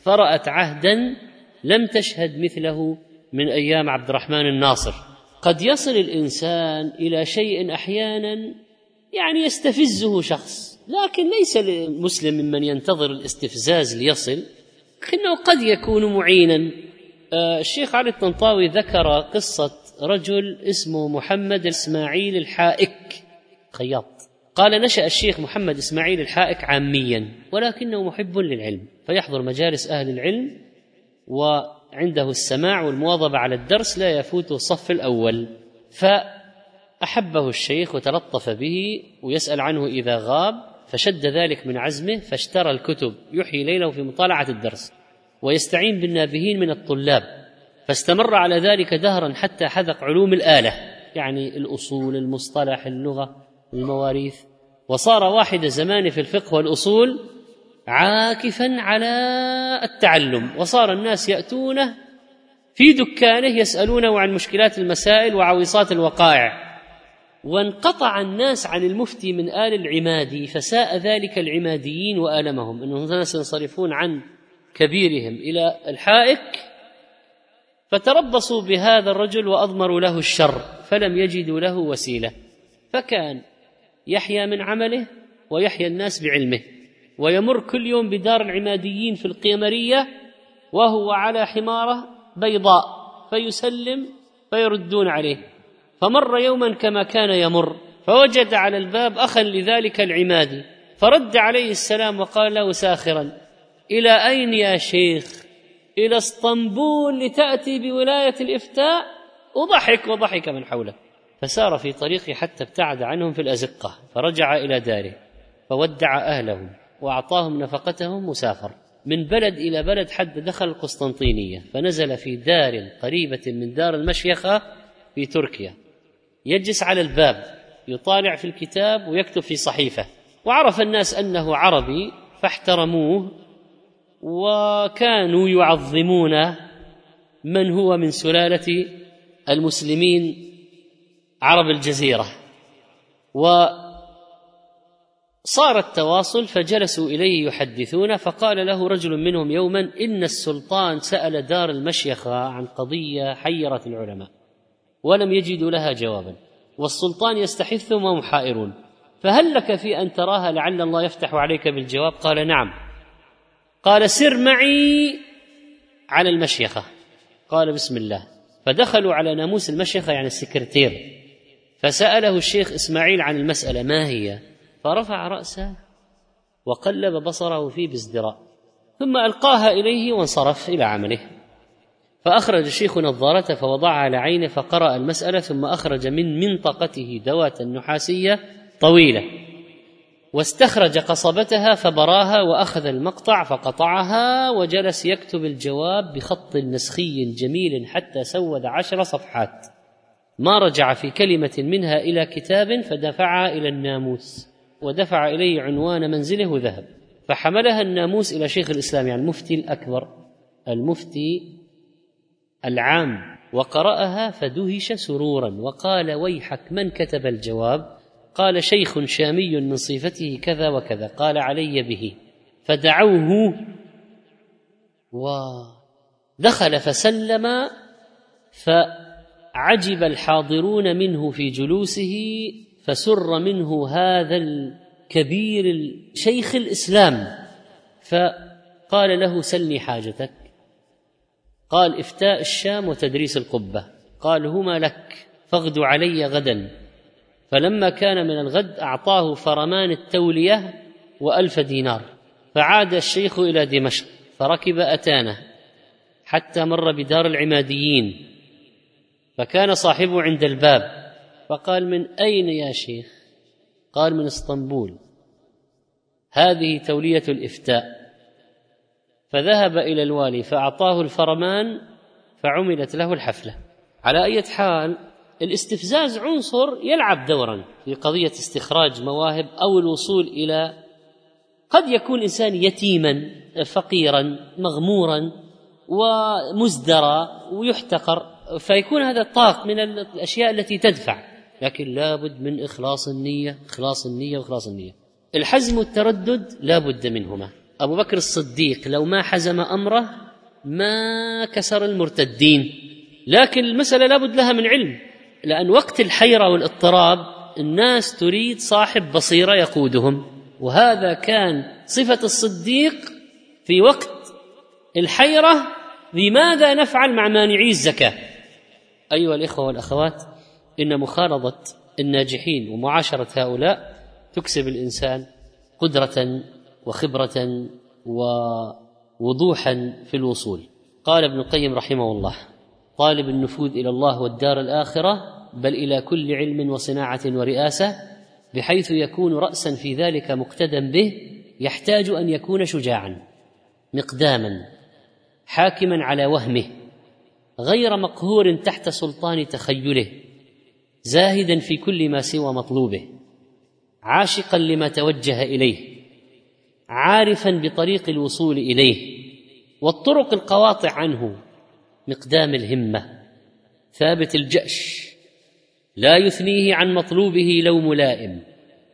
فرأت عهدا لم تشهد مثله من أيام عبد الرحمن الناصر. قد يصل الإنسان إلى شيء أحيانا يعني يستفزه شخص، لكن ليس المسلم ممن ينتظر الاستفزاز ليصل، لكنه قد يكون معينا. الشيخ علي الطنطاوي ذكر قصة رجل اسمه محمد إسماعيل الحائك، خياط. قال: نشأ الشيخ محمد إسماعيل الحائك عاميا، ولكنه محب للعلم، فيحضر مجالس أهل العلم وعنده السماع والمواظبة على الدرس، لا يفوت الصف الأول. فأحبه الشيخ وتلطف به ويسأل عنه إذا غاب، فشد ذلك من عزمه، فاشترى الكتب يحيي ليله في مطالعة الدرس ويستعين بالنابهين من الطلاب، فاستمر على ذلك دهرا حتى حذق علوم الآلة، يعني الأصول، المصطلح، اللغة، المواريث، وصار واحد زمانه في الفقه والأصول عاكفا على التعلم، وصار الناس يأتونه في دكانه يسألونه عن مشكلات المسائل وعويصات الوقائع، وانقطع الناس عن المفتي من آل العمادي، فساء ذلك العماديين وآلمهم، أنهم الناس ينصرفون عن كبيرهم إلى الحائك، فتربصوا بهذا الرجل وأضمروا له الشر، فلم يجدوا له وسيلة، فكان يحيا من عمله ويحيا الناس بعلمه، ويمر كل يوم بدار العماديين في القيمرية وهو على حمارة بيضاء، فيسلم فيردون عليه. فمر يوما كما كان يمر، فوجد على الباب أخا لذلك العمادي، فرد عليه السلام وقال له ساخرا: إلى أين يا شيخ؟ إلى اسطنبول لتأتي بولاية الإفتاء؟ وضحك من حوله، فسار في طريقه حتى ابتعد عنهم في الأزقة، فرجع إلى داره فودع أهلهم وأعطاهم نفقتهم، مسافر من بلد إلى بلد حتى دخل القسطنطينية، فنزل في دار قريبة من دار المشيخة في تركيا، يجلس على الباب يطالع في الكتاب ويكتب في صحيفة، وعرف الناس أنه عربي فاحترموه، وكانوا يعظمون من هو من سلالة المسلمين عرب الجزيرة. وصار التواصل، فجلسوا إليه يحدثون، فقال له رجل منهم يوما: إن السلطان سأل دار المشيخة عن قضية حيرت العلماء ولم يجدوا لها جوابا، والسلطان يستحثهم وهم حائرون، فهل لك في أن تراها لعل الله يفتح عليك بالجواب؟ قال: نعم. قال: سر معي على المشيخة. قال: بسم الله. فدخلوا على ناموس المشيخة، يعني السكرتير، فسأله الشيخ إسماعيل عن المسألة ما هي، فرفع رأسه وقلب بصره فيه بازدراء، ثم ألقاها إليه وانصرف إلى عمله. فأخرج الشيخ نظارته فوضعها على عينه فقرأ المسألة، ثم أخرج من منطقته دواة نحاسية طويلة واستخرج قصبتها فبراها، وأخذ المقطع فقطعها، وجلس يكتب الجواب بخط نسخي جميل حتى سود 10 صفحات، ما رجع في كلمة منها إلى كتاب، فدفعها إلى الناموس ودفع إليه عنوان منزله وذهب، فحملها الناموس إلى شيخ الإسلام، يعني المفتي الأكبر، المفتي العام، وقرأها فدهش سرورا وقال: ويحك، من كتب الجواب؟ قال: شيخ شامي من صفته كذا وكذا. قال: علي به. فدعوه ودخل فسلم، فعجب الحاضرون منه في جلوسه، فسر منه هذا الكبير شيخ الإسلام، فقال له: سلني حاجتك. قال: إفتاء الشام وتدريس القبة. قال: هما لك، فاغد علي غدا. فلما كان من الغد أعطاه فرمان التولية و1000 دينار، فعاد الشيخ إلى دمشق، فركب أتانه حتى مر بدار العماديين، فكان صاحبه عند الباب، فقال: من أين يا شيخ؟ قال: من اسطنبول، هذه تولية الإفتاء. فذهب إلى الوالي فأعطاه الفرمان، فعملت له الحفلة. على أي حال، الاستفزاز عنصر يلعب دورا في قضية استخراج مواهب أو الوصول إلى، قد يكون إنسان يتيما فقيرا مغمورا ومزدرى ويحتقر، فيكون هذا طاق من الأشياء التي تدفع، لكن لابد من إخلاص النية، إخلاص النية وإخلاص النية. الحزم والتردد لا بد منهما، أبو بكر الصديق لو ما حزم أمره ما كسر المرتدين، لكن المسألة لابد لها من علم، لأن وقت الحيرة والاضطراب الناس تريد صاحب بصيرة يقودهم، وهذا كان صفة الصديق في وقت الحيرة. لماذا نفعل مع مانعي الزكاة؟ أيها الإخوة والأخوات، إن مخالطة الناجحين ومعاشرة هؤلاء تكسب الإنسان قدرة وخبرة ووضوحا في الوصول. قال ابن القيم رحمه الله: طالب النفوذ إلى الله والدار الآخرة، بل إلى كل علم وصناعة ورئاسة، بحيث يكون رأسا في ذلك مقتدى به، يحتاج أن يكون شجاعا مقداما حاكما على وهمه، غير مقهور تحت سلطان تخيله، زاهدا في كل ما سوى مطلوبه، عاشقا لما توجه إليه، عارفا بطريق الوصول إليه والطرق القواطع عنه، مقدام الهمة، ثابت الجأش، لا يثنيه عن مطلوبه لوم لائم،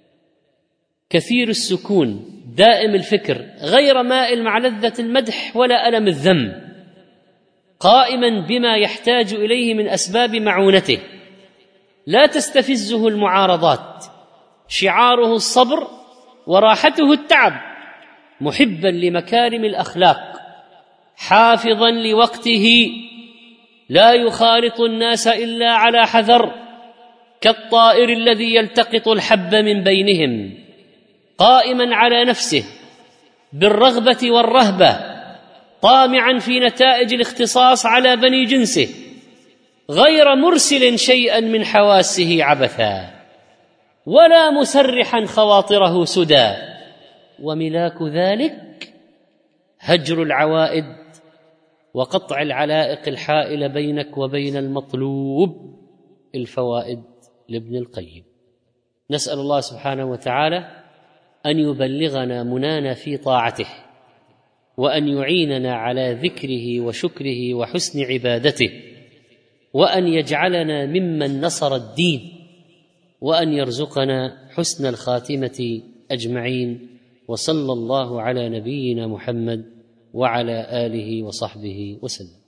كثير السكون، دائم الفكر، غير مائل مع لذة المدح ولا ألم الذم، قائما بما يحتاج إليه من أسباب معونته، لا تستفزه المعارضات، شعاره الصبر وراحته التعب، محبا لمكارم الأخلاق، حافظا لوقته، لا يخالط الناس إلا على حذر، كالطائر الذي يلتقط الحب من بينهم، قائما على نفسه بالرغبة والرهبة، طامعا في نتائج الاختصاص على بني جنسه، غير مرسل شيئا من حواسه عبثا، ولا مسرحا خواطره سدى، وملاك ذلك هجر العوائد وقطع العلائق الحائلة بينك وبين المطلوب. الفوائد لابن القيم. نسأل الله سبحانه وتعالى أن يبلغنا منانا في طاعته، وأن يعيننا على ذكره وشكره وحسن عبادته، وأن يجعلنا ممن نصر الدين، وأن يرزقنا حسن الخاتمة أجمعين. وصلى الله على نبينا محمد وعلى آله وصحبه وسلم.